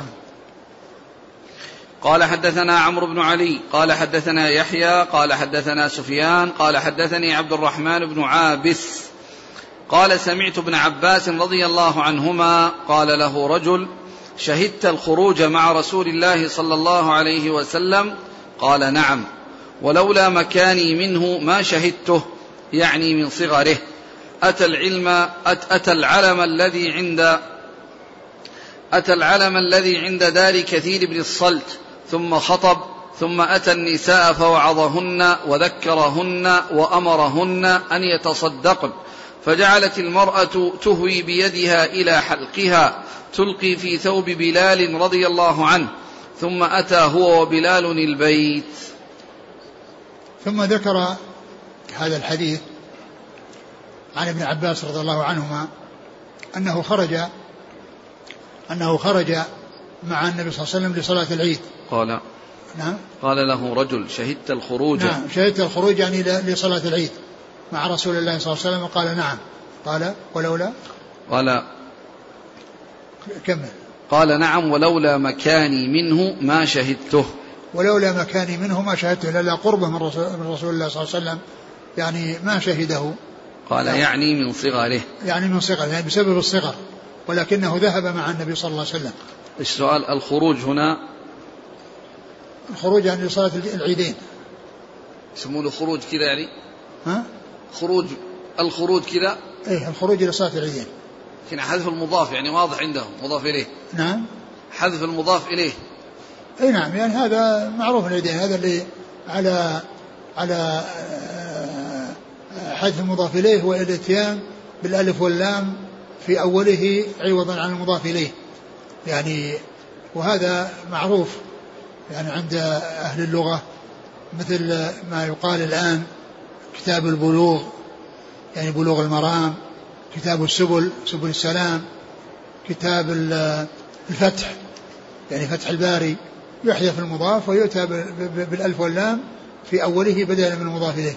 قال حدثنا عمرو بن علي قال حدثنا يحيى قال حدثنا سفيان قال حدثني عبد الرحمن بن عابس قال سمعت ابن عباس رضي الله عنهما قال له رجل شهدت الخروج مع رسول الله صلى الله عليه وسلم؟ قال نعم، ولولا مكاني منه ما شهدته، يعني من صغره. أتى العلم أت أتى العلم الذي عند أتى العلم الذي عند دار كثير بن الصلت ثم خطب، ثم أتى النساء فوعظهن وذكرهن وأمرهن أن يتصدقن، فجعلت المرأة تهوي بيدها إلى حلقها تلقي في ثوب بلال رضي الله عنه، ثم أتى هو وبلال البيت. ثم ذكر هذا الحديث عن ابن عباس رضي الله عنهما أنه خرج أنه خرج مع النبي صلى الله عليه وسلم لصلاة العيد. قال نعم قال له رجل شهدت الخروج. نعم شهدت الخروج يعني لصلاة العيد مع رسول الله صلى الله عليه وسلم. قال نعم. قال ولولا قال كمل. قال نعم ولولا مكاني منه ما شهدته. ولولا مكاني منه ما شهدته، لأن قربه من رسول, من رسول الله صلى الله عليه وسلم يعني ما شهده. قال يعني, يعني من صغره، يعني من صغره، يعني بسبب الصغر، ولكنه ذهب مع النبي صلى الله عليه وسلم. السؤال الخروج هنا الخروج يعني لصلاة العيدين يسمونه خروج كذا يعني ها؟ خروج الخروج كذا ايه الخروج لصلاة العيدين، لكن حذف المضاف يعني واضح عندهم مضاف إليه. نعم حذف المضاف إليه. اي نعم، يعني هذا معروف العيدين، هذا اللي على على حذف المضاف إليه هو الاتيان بالألف واللام في أوله عوضا عن المضاف إليه يعني، وهذا معروف يعني عند أهل اللغة، مثل ما يقال الآن كتاب البلوغ يعني بلوغ المرام، كتاب السبل سبل السلام، كتاب الفتح يعني فتح الباري، يحذف المضاف ويؤتى بالألف واللام في أوله بدلا من المضاف إليه.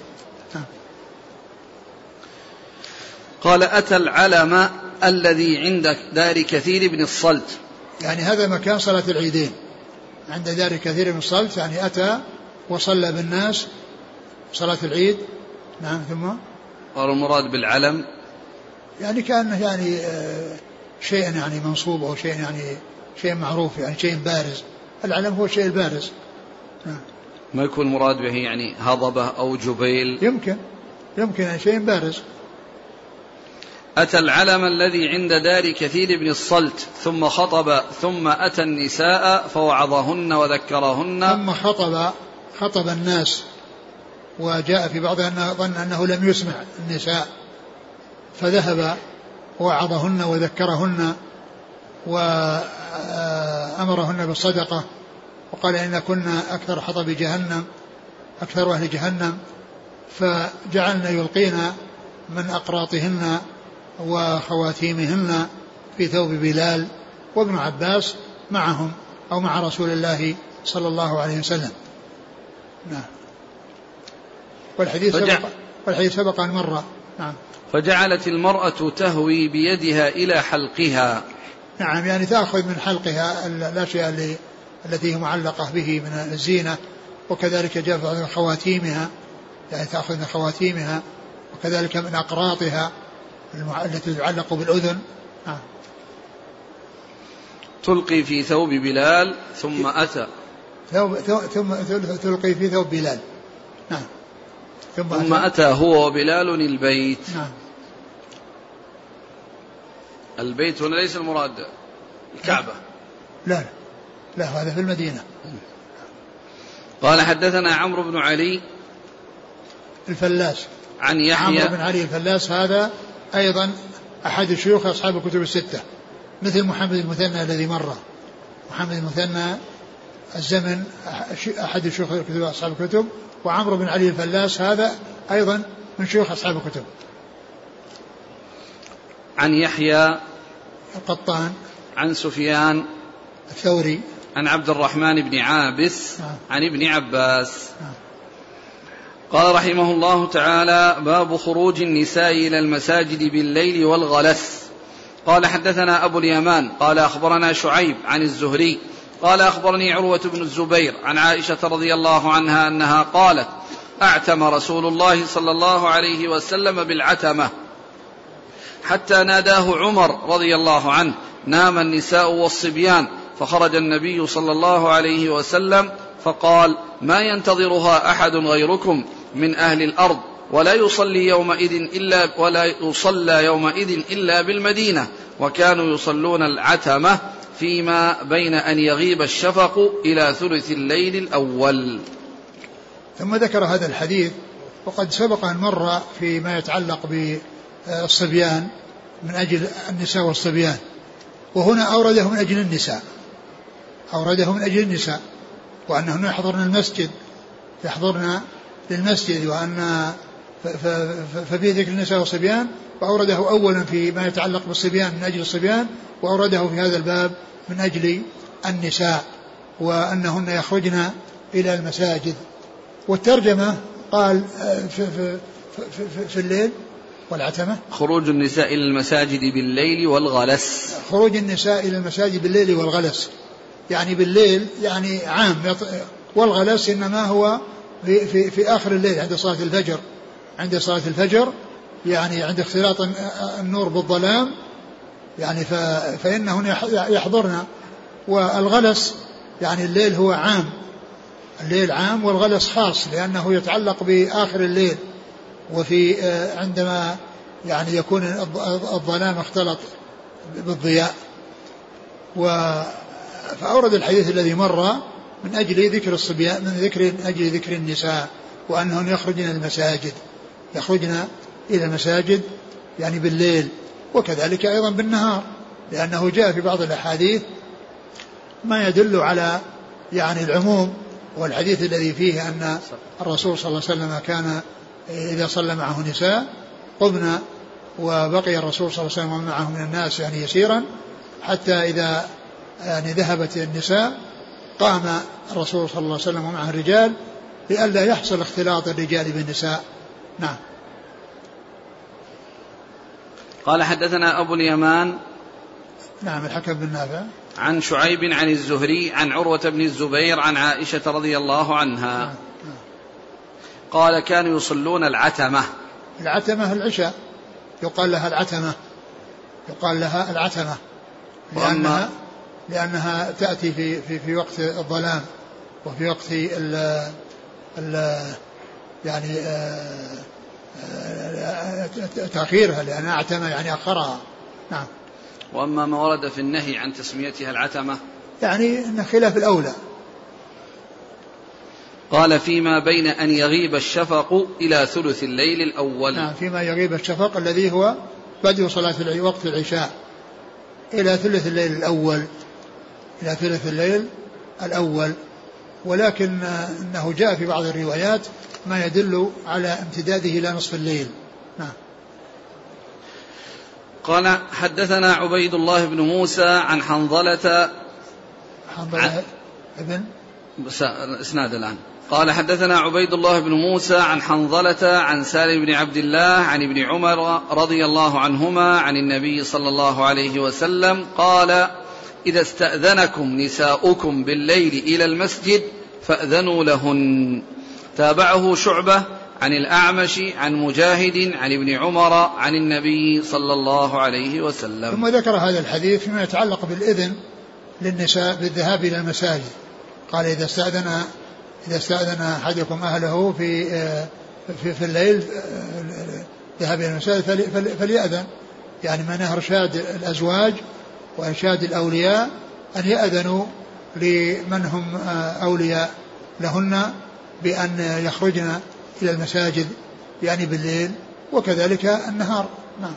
قال أتى العلم الذي عند دار كثير بن الصلت، يعني هذا مكان صلاة العيدين عند دار كثير بن الصلت، يعني أتى وصلى بالناس صلاة العيد. نعم. ثم قال المراد بالعلم يعني كأنه يعني شيء يعني منصوب أو شيء يعني شيء معروف يعني شيء بارز. العلم هو الشيء البارز. نعم. ما يكون مراد به يعني هضبة أو جبيل؟ يمكن يمكن يعني شيء بارز. أتى العلم الذي عند دار كثير بن الصلت ثم خطب، ثم أتى النساء فوعظهن وذكرهن. ثم خطب خطب الناس، وجاء في بعضها أنه ظن أنه لم يسمع النساء، فذهب ووعظهن وذكرهن وأمرهن بالصدقة، وقال إن كنا أكثر حطب جهنم أكثر أهل جهنم، فجعلنا يلقينا من أقراطهن وخواتيمهن في ثوب بلال، وابن عباس معهم أو مع رسول الله صلى الله عليه وسلم. نعم. والحديث سبق والحديث سبق أن مر. نعم. فجعلت المرأة تهوي بيدها إلى حلقها. نعم، يعني تأخذ من حلقها الأشياء اللي التي هي معلقة به من الزينة، وكذلك جاء من خواتيمها، يعني تأخذ من خواتيمها، وكذلك من أقراطها التي تعلق بالأذن. آه. تلقي في ثوب بلال ثم أتى ثوب ثم تلقي في ثوب بلال. نعم. ثم, ثم أتى هو وبلال البيت. نعم. البيت هنا ليس المراد الكعبة. لا لا هذا في المدينة. قال حدثنا عمرو بن علي الفلاس عن يحيى. عمرو بن علي الفلاس هذا أيضا أحد شيوخ أصحاب الكتب الستة، مثل محمد المثنى الذي مر. محمد المثنى الزمن أحد شيوخ أصحاب الكتب، وعمرو بن علي الفلاس هذا أيضا من شيوخ أصحاب الكتب. عن يحيى القطان عن سفيان الثوري عن عبد الرحمن بن عابس آه. عن ابن عباس آه. قال رحمه الله تعالى: باب خروج النساء إلى المساجد بالليل والغلس. قال حدثنا أبو اليمان قال أخبرنا شعيب عن الزهري قال أخبرني عروة بن الزبير عن عائشة رضي الله عنها أنها قالت: أعتم رسول الله صلى الله عليه وسلم بالعتمة، حتى ناداه عمر رضي الله عنه: نام النساء والصبيان. فخرج النبي صلى الله عليه وسلم فقال: ما ينتظرها أحد غيركم من أهل الأرض، ولا يصلي يومئذ إلا ولا يصلى يومئذ إلا بالمدينة، وكانوا يصلون العتمة فيما بين أن يغيب الشفق إلى ثلث الليل الأول. ثم ذكر هذا الحديث، وقد سبق أن مر فيما يتعلق بالصبيان من أجل النساء والصبيان، وهنا أورده من أجل النساء، أورده من أجل النساء، وأنهن يحضرن المسجد، يحضرن للمسجد، وأن ففي ذكر النساء والصبيان، وأورده أولا فيما يتعلق بالصبيان من أجل الصبيان، وأورده في هذا الباب من أجل النساء، وأنهن يخرجن إلى المساجد. والترجمة قال في, في, في, في الليل والعتمة، خروج النساء إلى المساجد بالليل والغلس، خروج النساء إلى المساجد بالليل والغلس، يعني بالليل يعني عام، والغلس إنما هو في, في, في آخر الليل عند صلاة الفجر، عند صلاة الفجر يعني عند اختلاط النور بالظلام، يعني فإنهن يحضرن. والغلس يعني الليل هو عام، الليل عام والغلس خاص، لأنه يتعلق بآخر الليل، وفي عندما يعني يكون الظلام اختلط بالضياء. فأورد الحديث الذي مر من أجل ذكر الصبيان، من ذكر من أجل ذكر النساء، وأنهن يخرجن المساجد، يخرجن إلى المساجد يعني بالليل، وكذلك أيضا بالنهار، لأنه جاء في بعض الأحاديث ما يدل على يعني العموم، والحديث الذي فيه أن الرسول صلى الله عليه وسلم كان إذا صلى معه نساء قمنا، وبقي الرسول صلى الله عليه وسلم معه من الناس يعني يسيرا، حتى إذا يعني ذهبت النساء قام الرسول صلى الله عليه وسلم ومعه الرجال، لئلا يحصل اختلاط الرجال بالنساء. نعم. قال: حدثنا أبو اليمان، نعم، الحكم بن نافع، عن شعيب عن الزهري عن عروة بن الزبير عن عائشة رضي الله عنها. نعم. قال: كانوا يصلون العتمة. العتمة العشاء، يقال لها العتمة، يقال لها العتمة لأنها, لأنها تأتي في, في, في وقت الظلام، وفي وقت ال ال يعني تأخيرها، لأنها عتمة يعني أخرها. نعم. وأما ما ورد في النهي عن تسميتها العتمة يعني إن خلاف الأولى. قال: فيما بين أن يغيب الشفق إلى ثلث الليل الأول. نعم، فيما يغيب الشفق الذي هو بدء صلاة وقت العشاء إلى ثلث الليل الأول، إلى ثلث الليل الأول. ولكن أنه جاء في بعض الروايات ما يدل على امتداده إلى نصف الليل. نعم. قال: حدثنا عبيد الله بن موسى عن حنظلة حنظلة ابن اسناد الآن. قال: حدثنا عبيد الله بن موسى عن حنظلة عن سالم بن عبد الله عن ابن عمر رضي الله عنهما عن النبي صلى الله عليه وسلم قال: إذا استأذنكم نساؤكم بالليل إلى المسجد فأذنوا لهن. تابعه شعبة عن الأعمش عن مجاهد عن ابن عمر عن النبي صلى الله عليه وسلم. ثم ذكر هذا الحديث فيما يتعلق بالإذن للنساء بالذهاب إلى المساجد. قال: إذا استأذن إذا استأذن أحدكم أهله في في, في الليل ذهاب إلى المساجد فليأذن، يعني من إرشاد الأزواج وإرشاد الأولياء أن يأذنوا لمن هم أولياء لهن بأن يخرجن إلى المساجد يعني بالليل، وكذلك النهار. نعم.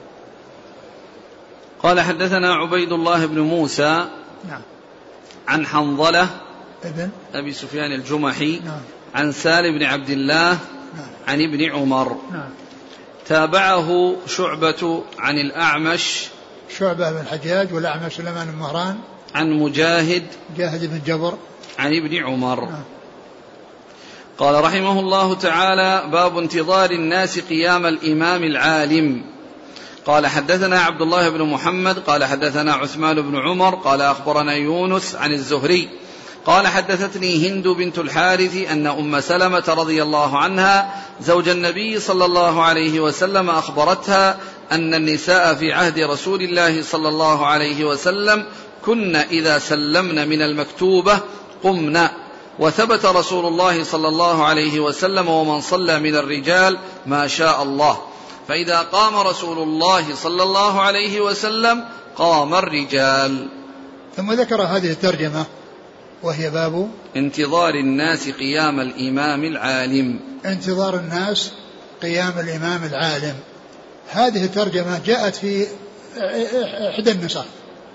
قال: حدثنا عبيد الله بن موسى نعم عن حنظلة ابن أبي سفيان الجمحي نعم عن سالم بن عبد الله نعم عن ابن عمر. نعم. تابعه شعبة عن الأعمش شعبة بن الحجاج والأعمش سليمان بن مهران عن مجاهد مجاهد بن جبر عن ابن عمر. نعم. قال رحمه الله تعالى: باب انتظار الناس قيام الإمام العالم. قال: حدثنا عبد الله بن محمد قال حدثنا عثمان بن عمر قال أخبرنا يونس عن الزهري قال: حدثتني هند بنت الحارث أن أم سلمة رضي الله عنها زوج النبي صلى الله عليه وسلم أخبرتها أن النساء في عهد رسول الله صلى الله عليه وسلم كن إذا سلمن من المكتوبة قمن، وثبت رسول الله صلى الله عليه وسلم ومن صلى من الرجال ما شاء الله، فإذا قام رسول الله صلى الله عليه وسلم قام الرجال. ثم ذكر هذه الترجمة وهي باب انتظار الناس قيام الإمام العالم. انتظار الناس قيام الإمام العالم. هذه الترجمة جاءت في إحدى النسخ،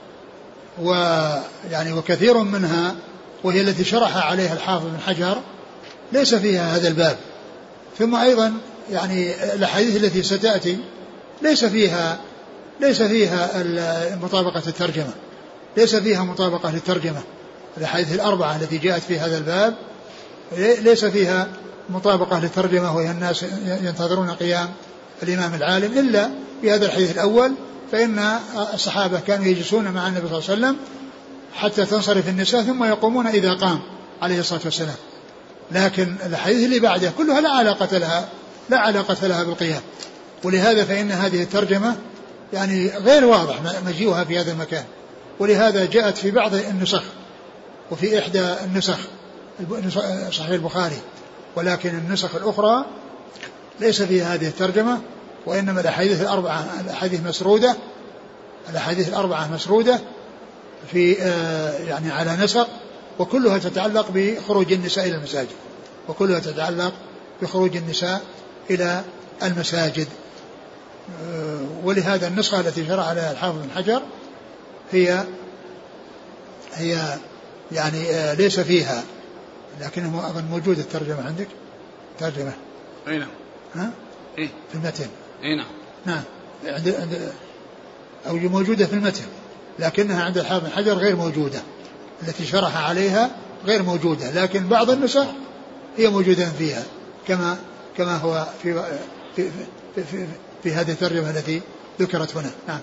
ويعني وكثير منها وهي التي شرح عليها الحافظ بن حجر ليس فيها هذا الباب. ثم أيضا يعني الأحاديث التي ستأتي ليس فيها ليس فيها مطابقة الترجمة، ليس فيها مطابقة للترجمة. الأحاديث الأربعة التي جاءت في هذا الباب ليس فيها مطابقة للترجمة، وهي الناس ينتظرون قيام الإمام العالم، إلا في هذا الحديث الأول فإن الصحابة كانوا يجلسون مع النبي صلى الله عليه وسلم حتى تنصرف النساء ثم يقومون إذا قام عليه الصلاة والسلام. لكن الحديث اللي بعده كلها لا علاقة لها لا علاقة لها بالقيام، ولهذا فإن هذه الترجمة يعني غير واضح مجيئها في هذا المكان، ولهذا جاءت في بعض النسخ وفي إحدى النسخ صحيح البخاري، ولكن النسخ الأخرى ليس فيها هذه الترجمة، وإنما الأحاديث الأربعة الأحاديث مسرودة الأحاديث الأربعة مسرودة في يعني على نسق، وكلها تتعلق بخروج النساء إلى المساجد وكلها تتعلق بخروج النساء إلى المساجد. ولهذا النسخة التي شرح عليها الحافظ بن حجر هي هي يعني ليس فيها، لكنه أظن موجود الترجمة عندك ترجمة أي نعم ها إيه في المتن أي نعم نعم عند عند أو موجودة في المتن، لكنها عند الحافظ بن حجر غير موجودة، التي شرح عليها غير موجودة، لكن بعض النسخ هي موجودة فيها كما كما هو في في في, في, في هذه الترجمة التي ذكرت هنا. نعم.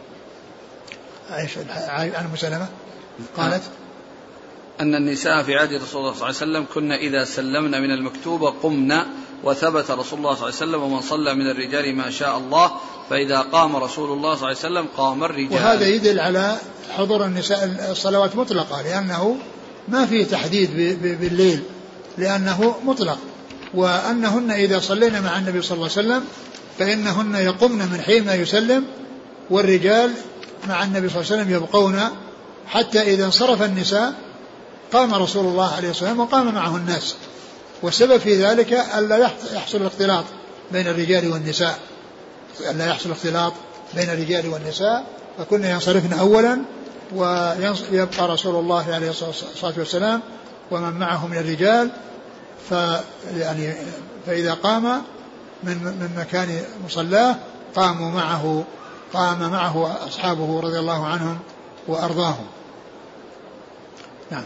عن أم سلمة قالت أن النساء في عهد رسول الله صلى الله عليه وسلم كنا إذا سلمن من المكتوبة قمنا، وثبت رسول الله صلى الله عليه وسلم ومن صلى من الرجال ما شاء الله، فإذا قام رسول الله صلى الله عليه وسلم قام الرجال. وهذا يدل على حضور النساء الصلوات مطلقة، لأنه ما فيه تحديد بالليل، لأنه مطلق، وأنهن إذا صلينا مع النبي صلى الله عليه وسلم فإنهن يقمن من حين ما يسلم، والرجال مع النبي صلى الله عليه وسلم يبقون حتى إذا انصرف النساء قام رسول الله عليه الصلاة والسلام وقام معه الناس. والسبب في ذلك ألا يحصل الاختلاط بين الرجال والنساء ألا يحصل اختلاط بين الرجال والنساء فكنا ينصرفن أولا ويبقى رسول الله عليه الصلاة والسلام ومن معه من الرجال، فيعني فإذا قام من من مكان مصلاه قاموا معه قام معه أصحابه رضي الله عنهم وأرضاهم. نعم.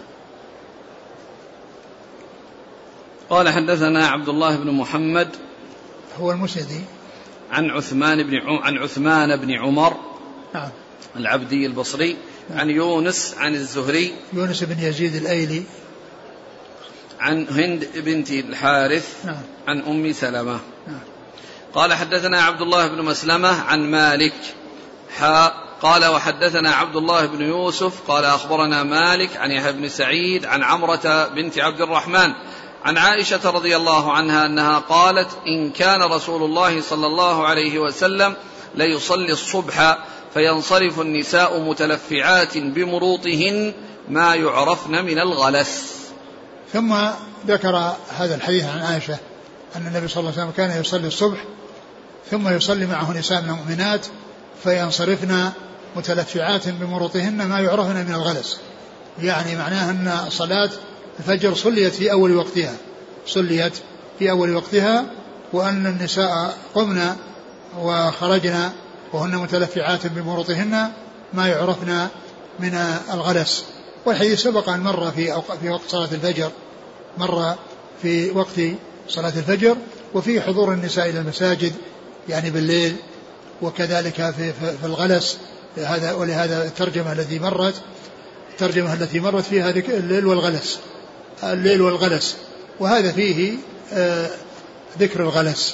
قال حدثنا عبد الله بن محمد هو المسندي عن عثمان بن عن عثمان بن عمر نعم العبدي البصري نعم. عن يونس عن الزهري يونس بن يزيد الأيلي عن هند بنت الحارث نعم. عن أم سلمة نعم. قال حدثنا عبد الله بن مسلمة عن مالك حا قال وحدثنا عبد الله بن يوسف قال أخبرنا مالك عن يحيى بن سعيد عن عمرة بنت عبد الرحمن عن عائشة رضي الله عنها أنها قالت إن كان رسول الله صلى الله عليه وسلم ليصلي الصبح فينصرف النساء متلفعات بمروطهن ما يعرفن من الغلس. ثم ذكر هذا الحديث عن عائشة أن النبي صلى الله عليه وسلم كان يصلي الصبح ثم يصلي معه نساء من المؤمنات فينصرفن متلفعات بمروطهن ما يعرفن من الغلس، يعني معناها أن صلاة الفجر صليت في أول وقتها صليت في أول وقتها وأن النساء قمنا وخرجنا وهن متلفعات بمروطهن ما يعرفن من الغلس. والحديث سبق أن مر في في وقت صلاة الفجر مر في وقت صلاة الفجر وفي حضور النساء إلى المساجد يعني بالليل، وكذلك في في الغلس هذا. ولهذا الترجمة التي مرت الترجمة التي مرت فيها الليل والغلس الليل والغلس وهذا فيه آه ذكر الغلس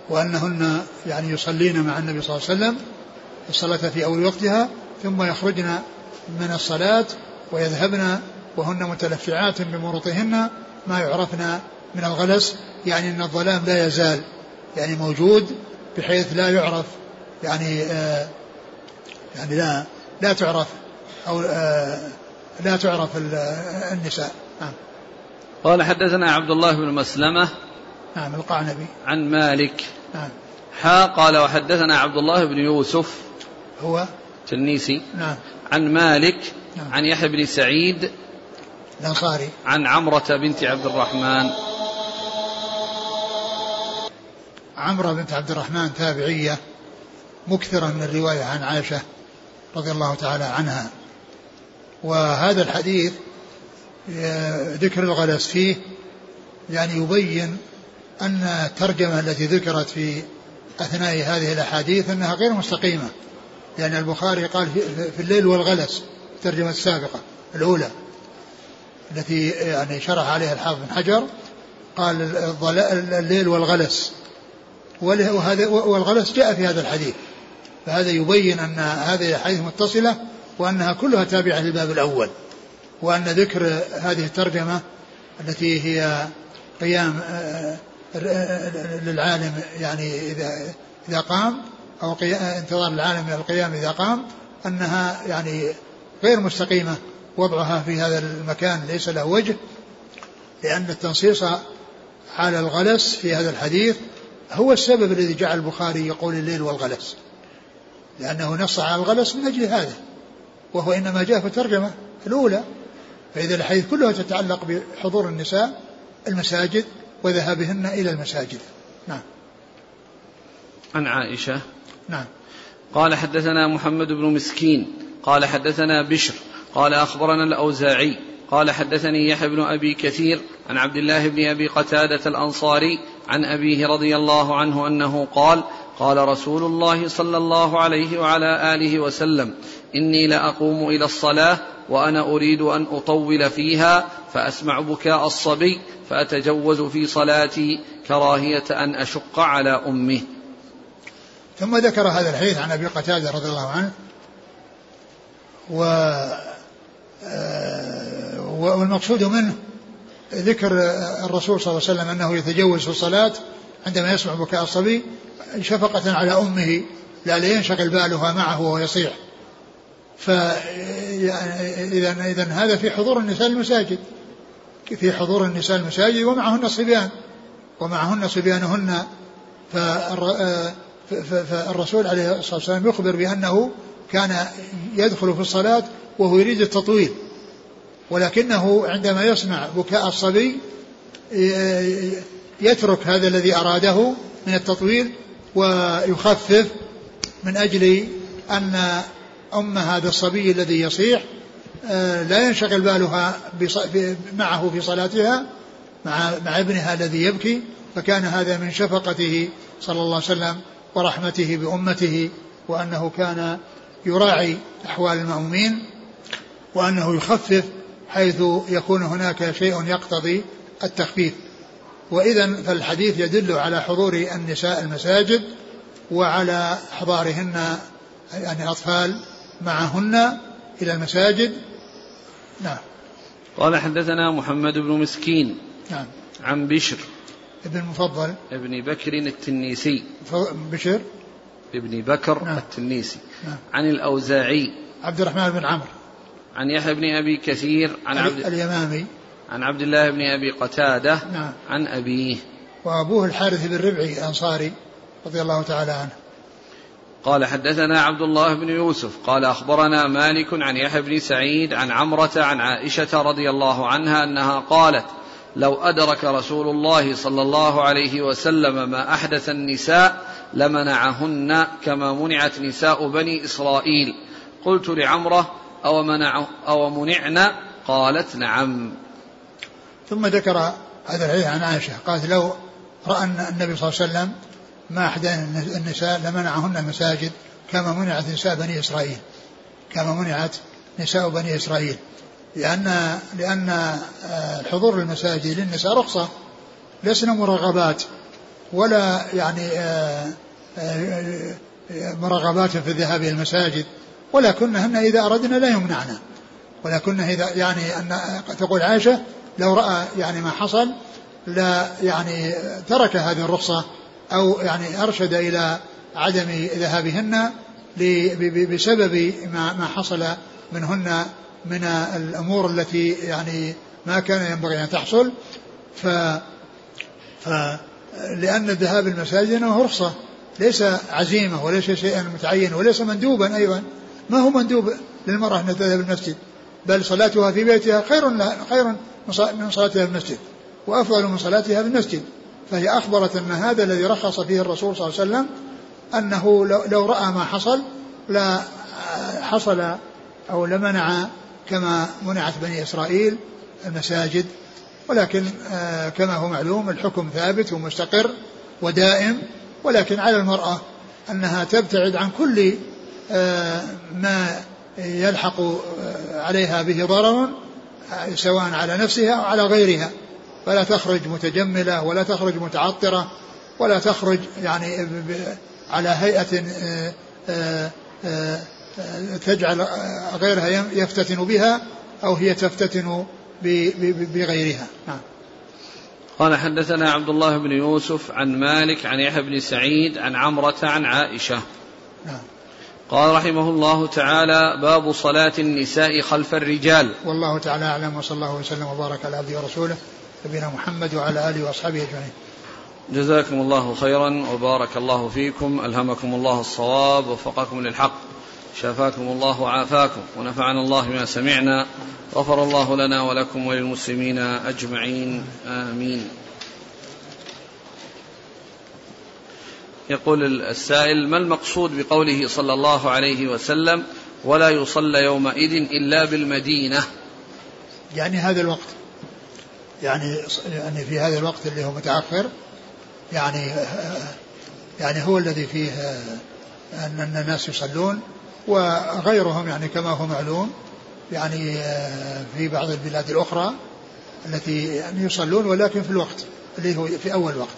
وأنهن يعني يصلين مع النبي صلى الله عليه وسلم الصلاة في أول وقتها ثم يخرجن من الصلاة ويذهبن وهن متلفعات بمروطهن ما يعرفن من الغلس، يعني أن الظلام لا يزال يعني موجود بحيث لا يعرف يعني آه يعني لا لا تعرف أو آه لا تعرف النساء. نعم. قال حدثنا عبد الله بن مسلمة نعم القعنبي عن مالك نعم حا قال وحدثنا عبد الله بن يوسف هو تنيسي نعم عن مالك نعم عن يحيى بن سعيد الأنصاري عن عمرة بنت عبد الرحمن. عمرة بنت عبد الرحمن تابعية مكثرة من الرواية عن عائشة رضي الله تعالى عنها. وهذا الحديث ذكر الغلس فيه يعني يبين أن الترجمة التي ذكرت في أثناء هذه الأحاديث أنها غير مستقيمة، لأن البخاري قال في الليل والغلس الترجمة السابقة الأولى التي يعني شرح عليها الحافظ بن حجر قال الليل والغلس، والغلس جاء في هذا الحديث، فهذا يبين أن هذه الحديث متصلة وأنها كلها تابعة للباب الأول، وأن ذكر هذه الترجمة التي هي قيام للعالم يعني إذا إذا قام أو انتظار العالم من القيام إذا قام أنها يعني غير مستقيمة، وضعها في هذا المكان ليس له وجه، لأن التنصيص على الغلس في هذا الحديث هو السبب الذي جعل البخاري يقول الليل والغلس، لأنه نص على الغلس من أجل هذا، وهو إنما جاء في الترجمة الأولى. فإذا الحديث كلها تتعلق بحضور النساء المساجد وذهابهن إلى المساجد. نعم. عن عائشة نعم. قال حدثنا محمد بن مسكين قال حدثنا بشر قال أخبرنا الأوزاعي قال حدثني يحيى بن أبي كثير عن عبد الله بن أبي قتادة الأنصاري عن أبيه رضي الله عنه أنه قال قال رسول الله صلى الله عليه وعلى آله وسلم إني لأقوم إلى الصلاة وأنا أريد أن أطول فيها فأسمع بكاء الصبي فأتجوز في صلاتي كراهية أن أشق على أمه. ثم ذكر هذا الحديث عن أبي قتادة رضي الله عنه، والمقصود منه ذكر الرسول صلى الله عليه وسلم أنه يتجوز في الصلاة عندما يسمع بكاء الصبي شفقة على أمه لا لينشغل بالها معه وهو يصيح. فإذا إذن هذا في حضور النساء المساجد، في حضور النساء المساجد ومعهن صبيان ومعهن صبيانهن. فالرسول عليه الصلاة والسلام يخبر بأنه كان يدخل في الصلاة وهو يريد التطويل، ولكنه عندما يسمع بكاء الصبي يترك هذا الذي أراده من التطويل ويخفف من أجل أن أم هذا الصبي الذي يصيح لا ينشغل بالها معه في صلاتها مع, مع ابنها الذي يبكي. فكان هذا من شفقته صلى الله عليه وسلم ورحمته بأمته، وأنه كان يراعي أحوال المأمومين، وأنه يخفف حيث يكون هناك شيء يقتضي التخفيف. وإذن فالحديث يدل على حضور النساء المساجد وعلى حضارهن يعني الأطفال معهن إلى المساجد. نعم. قال حدثنا محمد بن مسكين نعم عن بشر ابن المفضل ابن بكر التنيسي بشر ابن بكر نعم. التنيسي نعم. عن الأوزاعي عبد الرحمن بن عمرو عن يحيى بن أبي كثير عن عبد اليمامي عن عبد الله بن أبي قتادة نعم. عن أبيه وأبوه الحارث بن ربعي الأنصاري رضي الله تعالى عنه. قال حدثنا عبد الله بن يوسف قال أخبرنا مالك عن يحيى بن سعيد عن عمرة عن عائشة رضي الله عنها أنها قالت لو أدرك رسول الله صلى الله عليه وسلم ما أحدث النساء لمنعهن كما منعت نساء بني إسرائيل. قلت لعمرة أو, منع أو منعنا قالت نعم. ثم ذكر هذا الحديث عن عائشة قالت لو رأى النبي صلى الله عليه وسلم ما أحدث النساء لمنعهن المساجد كما منعت نساء بني إسرائيل كما منعت نساء بني إسرائيل لأن لأن الحضور المساجد للنساء رخصة لسنا مرغبات، ولا يعني مرغبات في الذهاب إلى المساجد، ولكنهن إذا أردنا لا يمنعنا، ولكن إذا يعني أن تقول عائشة لو رأى يعني ما حصل لا يعني ترك هذه الرخصة أو يعني أرشد إلى عدم ذهابهن بسبب ما حصل منهن من الأمور التي يعني ما كان ينبغي أن تحصل. ف لأن الذهاب المساجد هو رخصة ليس عزيمة وليس شيئا متعين وليس مندوبا أيضا، ما هو مندوب للمرأة أن تذهب المسجد، بل صلاتها في بيتها خير خير من صلاتها في المسجد وأفضل من صلاتها في المسجد. فهي أخبرت أن هذا الذي رخص فيه الرسول صلى الله عليه وسلم أنه لو رأى ما حصل لا حصل أو لمنع كما منعت بني إسرائيل المساجد. ولكن كما هو معلوم الحكم ثابت ومستقر ودائم، ولكن على المرأة أنها تبتعد عن كل ما يلحق عليها به ضرر سواء على نفسها أو على غيرها، فلا تخرج متجملة ولا تخرج متعطرة ولا تخرج يعني على هيئة تجعل غيرها يفتتن بها أو هي تفتتن بغيرها. نعم. قال حدثنا عبد الله بن يوسف عن مالك عن يحيى بن سعيد عن عمرة عن عائشة. نعم. قال رحمه الله تعالى باب صلاة النساء خلف الرجال. والله تعالى أعلم، وصلى الله وسلم وبارك على عبده ورسوله نبينا محمد وعلى آله وأصحابه أجمعين. جزاكم الله خيرا وبارك الله فيكم، ألهمكم الله الصواب ووفقكم للحق، شافاكم الله وعافاكم، ونفعنا الله بما سمعنا، غفر الله لنا ولكم وللمسلمين أجمعين، آمين. يقول السائل: ما المقصود بقوله صلى الله عليه وسلم ولا يصلى يومئذ إلا بالمدينة؟ يعني هذا الوقت، يعني يعني في هذا الوقت اللي هو متأخر، يعني يعني هو الذي فيه أن الناس يصلون، وغيرهم يعني كما هو معلوم يعني في بعض البلاد الأخرى التي يعني يصلون ولكن في الوقت اللي هو في أول وقت.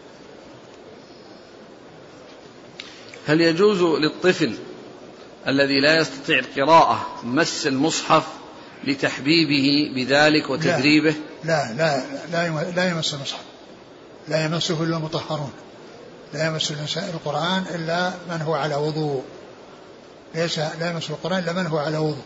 هل يجوز للطفل الذي لا يستطيع القراءة مس المصحف لتحبيبه بذلك وتدريبه؟ لا لا لا, لا يمس المصحف، لا يمسه إلا المطهرون، لا يمس القرآن إلا من هو على وضوء، ليس لا يمس القرآن إلا من هو على وضوء.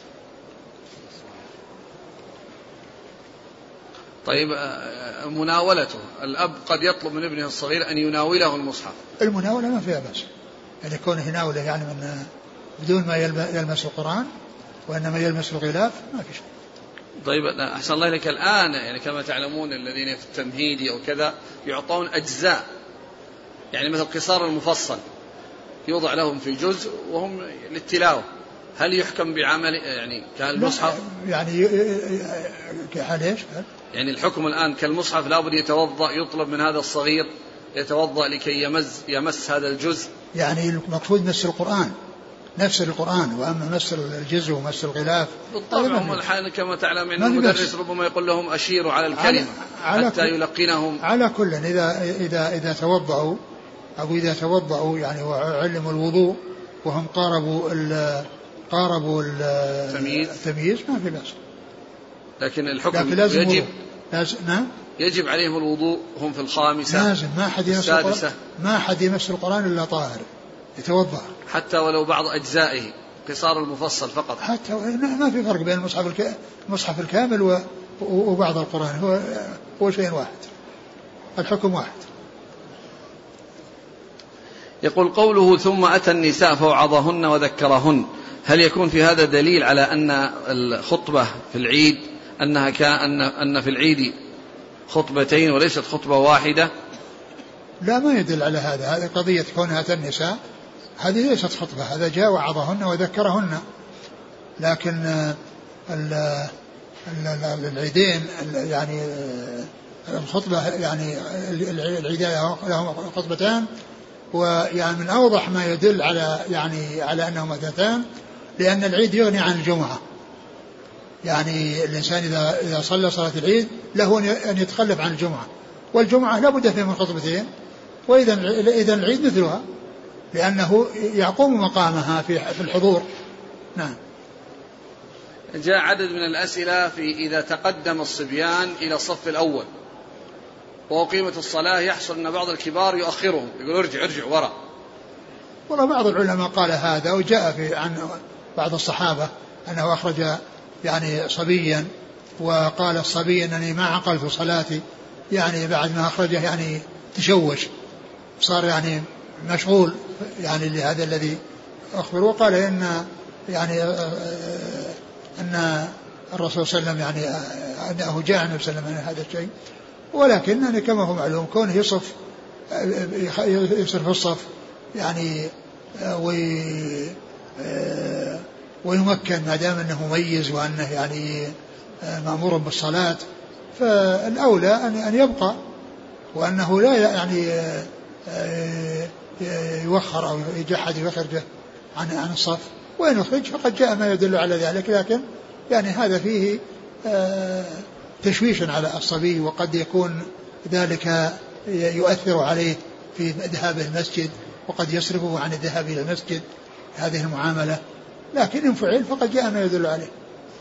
طيب مناولته، الأب قد يطلب من ابنه الصغير أن يناوله المصحف، المناولة ما فيها بأس، يعني كونه يناوله يعني من بدون ما يلمس القرآن وإنما يلمس الغلاف ما في شيء. طيب أحسن الله لك، الآن يعني كما تعلمون الذين في التمهيدي أو كذا يعطون أجزاء، يعني مثل قصار المفصل يوضع لهم في جزء وهم للتلاوة، هل يحكم بعمل يعني كالمصحف؟ يعني كحال ايش؟ يعني الحكم الآن كالمصحف لابد يتوضأ، يطلب من هذا الصغير يتوضأ لكي يمس يمس هذا الجزء، يعني المقصود مس القرآن نفس القرآن، وأما مس الجزء ومس الغلاف بالطبع. هم الحين كما تعلم أن المدرس ربما يقول لهم أشيروا على الكلمة على حتى على يلقنهم. على كل إذا إذا إذا توضأوا أو إذا توضأوا يعني وعلموا الوضوء وهم قاربوا ال قاربوا التمييز ما في بأس، لكن الحكم لازم يجب لازم نعم يجب عليهم الوضوء، هم في الخامسة لازم ما حد يمس القرآن، ما حد يمس القرآن إلا طاهر يتوضأ، حتى ولو بعض أجزائه قصار المفصل فقط، حتى ما في فرق بين المصحف الك... المصحف الكامل و... وبعض القرآن، هو هو شيء واحد، الحكم واحد. يقول قوله ثم أتى النساء فوعظهن وذكرهن، هل يكون في هذا دليل على أن الخطبة في العيد أنها كأن أن في العيد خطبتين وليست خطبة واحدة؟ لا ما يدل على هذا، هذه قضية كونها أتى النساء هذه ليست خطبة، هذا جاء وعظهن وذكرهن، لكن العيدين يعني الخطبة يعني العيدين لهم خطبتان، ويعني من أوضح ما يدل على يعني على أنهما اثنتان، لأن العيد يغني عن الجمعة، يعني الإنسان إذا إذا صلى صلاة العيد له أن يتخلف عن الجمعة، والجمعة لا بد فيها من خطبتين وإذا إذا العيد مثلها لأنه يقوم مقامها في الحضور. نعم. جاء عدد من الأسئلة في إذا تقدم الصبيان إلى الصف الأول وأقيمت الصلاة يحصل أن بعض الكبار يؤخرهم يقول ارجع ارجع وراء. والله بعض العلماء قال هذا، وجاء في عن بعض الصحابة أنه أخرج يعني صبيا وقال الصبي أنني ما عقلت صلاتي، يعني بعد ما أخرجه يعني تشوش صار يعني مشغول يعني لهذا الذي أخبر. وقال إن يعني أن الرسول صلى الله عليه وسلم يعني أنه جاء النبي صلى الله عليه وسلم هذا الشيء، ولكن يعني كما هو معلوم كونه يصف يصرف الصف يعني ويمكن ما دام أنه مميز وأنه يعني مأمور بالصلاة، فالأولى أن يبقى وأنه لا يعني يوخر أو يجحد ويخرجه عن عن الصف، وإن يخرج فقد جاء ما يدل على ذلك، لكن يعني هذا فيه تشويش على الصبي، وقد يكون ذلك يؤثر عليه في ذهابه المسجد وقد يصرفه عن الذهاب إلى المسجد هذه المعاملة، لكن إن فعل فقد جاء ما يدل عليه.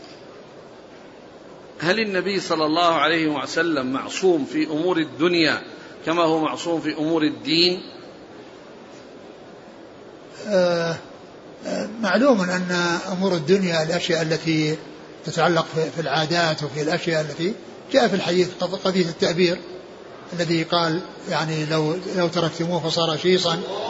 هل النبي صلى الله عليه وسلم معصوم في أمور الدنيا كما هو معصوم في أمور الدين؟ آه آه معلوم أن أمور الدنيا الأشياء التي تتعلق في العادات وفي الأشياء التي جاء في الحديث قضية التأبير الذي قال يعني لو لو تركتموه فصار شيصا